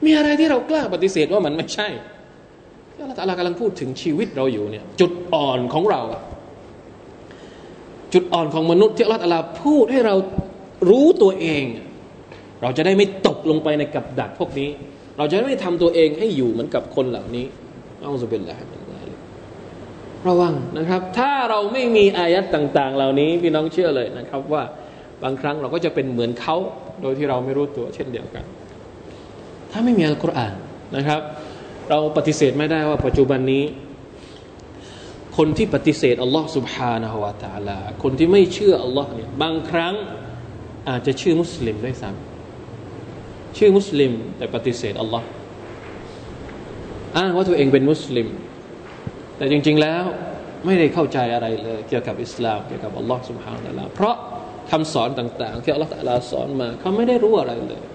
S1: มีอะไรที่เรากล้าปฏิเสธว่ามันไม่ใช่ที่อัลเลาะห์ตะอาลากำลังพูดถึงชีวิตเราอยู่เนี่ยจุดอ่อนของเราจุดอ่อนของมนุษย์ที่อัลเลาะห์ตะอาลาพูดให้เรารู้ตัวเองเราจะได้ไม่ตกลงไปในกับดักพวกนี้เราจะไม่ทำตัวเองให้อยู่เหมือนกับคนเหล่านี้อัลลอฮฺซุบฮินละฮ์ระวังนะครับถ้าเราไม่มีอายัดต่างๆเหล่านี้พี่น้องเชื่อเลยนะครับว่าบางครั้งเราก็จะเป็นเหมือนเขาโดยที่เราไม่รู้ตัวเช่นเดียวกันถ้าไม่มีอัลกุรอานนะครับเราปฏิเสธไม่ได้ว่าปัจจุบันนี้คนที่ปฏิเสธอัลลอฮฺ سبحانه และ تعالى คนที่ไม่เชื่ออัลลอฮ์เนี่ยบางครั้งอาจจะชื่อมุสลิมด้วยซ้ำชื่อมุสลิมแต่ปฏิเสธอัลลอฮ์อ้างว่าตัวเองเป็นมุสลิมแต่จริงๆแล้วไม่ได้เข้าใจอะไรเลยเกี่ยวกับอิสลามเกี่ยวกับอัลลอฮ์ سبحانه และ تعالى เพราะคำสอนต่างๆที่อัลลอฮ์ تعالى สอนมาเขาไม่ได้รู้อะไรเลย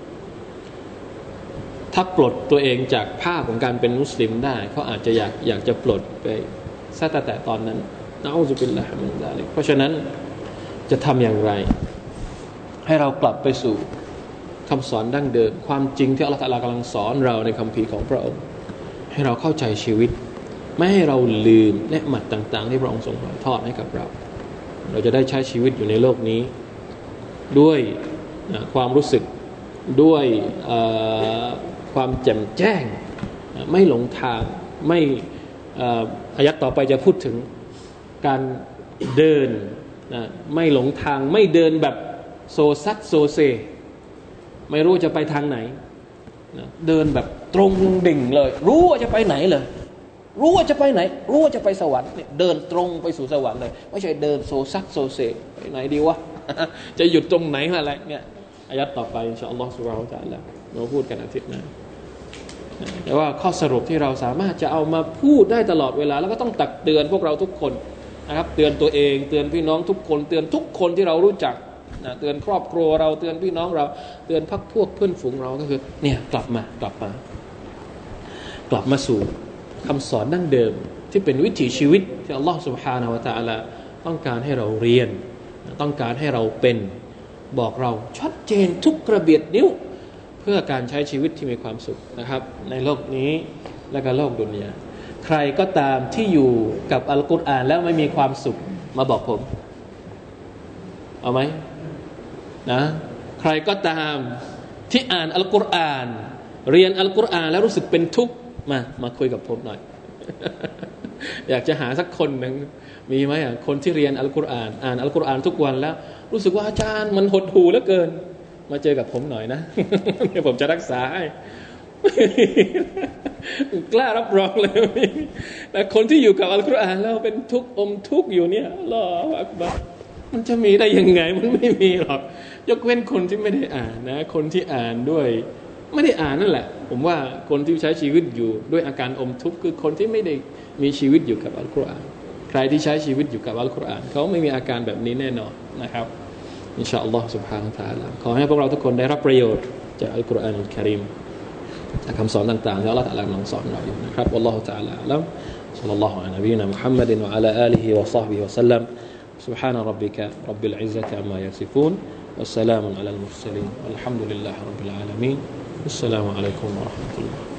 S1: ถ้าปลดตัวเองจากภาพของการเป็นมุสลิมได้เขาอาจจะอยากจะปลดไปซะแต่ตอนนั้นนะอูซุบิลลาฮิมินซาลิกเพราะฉะนั้นจะทำอย่างไรให้เรากลับไปสู่คำสอนดั้งเดิมความจริงที่อัลเลาะห์ตะอาลากำลังสอนเราในคัมภีร์ของพระองค์ให้เราเข้าใจชีวิตไม่ให้เราลืมเนืมัดต่างๆที่พระองค์ทรงถ่ายทอดให้กับเราจะได้ใช้ชีวิตอยู่ในโลกนี้ด้วยความรู้สึกด้วยความแจ่มแจ้งไม่หลงทางไม่อายัดต่อไปจะพูดถึงการเดินไม่หลงทางไม่เดินแบบโซซัดโซเซไม่รู้จะไปทางไหนเดินแบบตรงดิ่งเลยรู้ว่าจะไปไหนเลยรู้ว่าจะไปไหนรู้ว่าจะไปสวรรค์เนี่ยเดินตรงไปสู่สวรรค์เลยไม่ใช่เดินโซซัดโซเซไปไหนดีวะ จะหยุดตรงไหนอะไรเนี่ยอายัดต่อไปอินชาอัลลอฮฺซุบฮานะฮูวะตะอาลาเราพูดกันอาทิตย์หน้าแต่ว่าข้อสรุปที่เราสามารถจะเอามาพูดได้ตลอดเวลาแล้วก็ต้องตักเตือนพวกเราทุกคนนะครับเตือนตัวเองเตือนพี่น้องทุกคนเตือนทุกคนที่เรารู้จักเตือนครอบครัวเราเตือนพี่น้องเราเตือนพรรคพวกเพื่อนฝูงเราก็คือเนี่ยกลับมาสู่คำสอนดั้งเดิมที่เป็นวิถีชีวิตที่อัลลอฮฺ سبحانه และ تعالى ต้องการให้เราเรียนต้องการให้เราเป็นบอกเราชัดเจนทุกกระเบียดนิ้วเพื่อการใช้ชีวิตที่มีความสุขนะครับในโลกนี้และก็โลกดุนยาใครก็ตามที่อยู่กับอัลกุรอานแล้วไม่มีความสุขมาบอกผมเอาไหมนะใครก็ตามที่อ่านอัลกุรอานเรียนอัลกุรอานแล้วรู้สึกเป็นทุกข์มาคุยกับผมหน่อย อยากจะหาสักคนนึงมีไหมคนที่เรียนอัลกุรอานอ่านอัลกุรอานทุกวันแล้วรู้สึกว่าอาจารย์มันหดหู่เหลือเกินมาเจอกับผมหน่อยนะ เดี๋ยวผมจะรักษาให้ กล้ารับรองเลยแต่คนที่อยู่กับอัลกุรอานแล้วเป็นทุกข์อมทุกข์อยู่เนี่ยอัลลอฮฺอักบัรมันจะมีได้ยังไงมันไม่มีหรอกยกเว้นคนที่ไม่ได้อ่านนะคนที่อ่านด้วยไม่ได้อ่านนั่นแหละผมว่าคนที่ใช้ชีวิตอยู่ด้วยอาการอมทุกข์คือคนที่ไม่ได้มีชีวิตอยู่กับอัลกุรอานใครที่ใช้ชีวิตอยู่กับอัลกุรอานเขาไม่มีอาการแบบนี้แน่นอนนะครับอินชาอัลลอฮฺ سبحانه และ تعالى ขอให้พวกเราทุกคนได้รับประโยชน์จากอัลกุรอานอัลกะรีมจากคำสอนต่างๆที่อัลเลาะห์ตะอาลากำลังสอนเราอยู่นะครับวัลลอฮุตะอาลาอะลัมศ็อลลัลลอฮุอะลัยฮิวะซัลลัมนบีนะมุฮัมมัดวะอะลาอาลิฮิวะศอฮบิฮิวะซัลลัมسبحان ربك رب العزة عما يصفون والسلام على المرسلين والحمد لله رب العالمين السلام عليكم ورحمة الله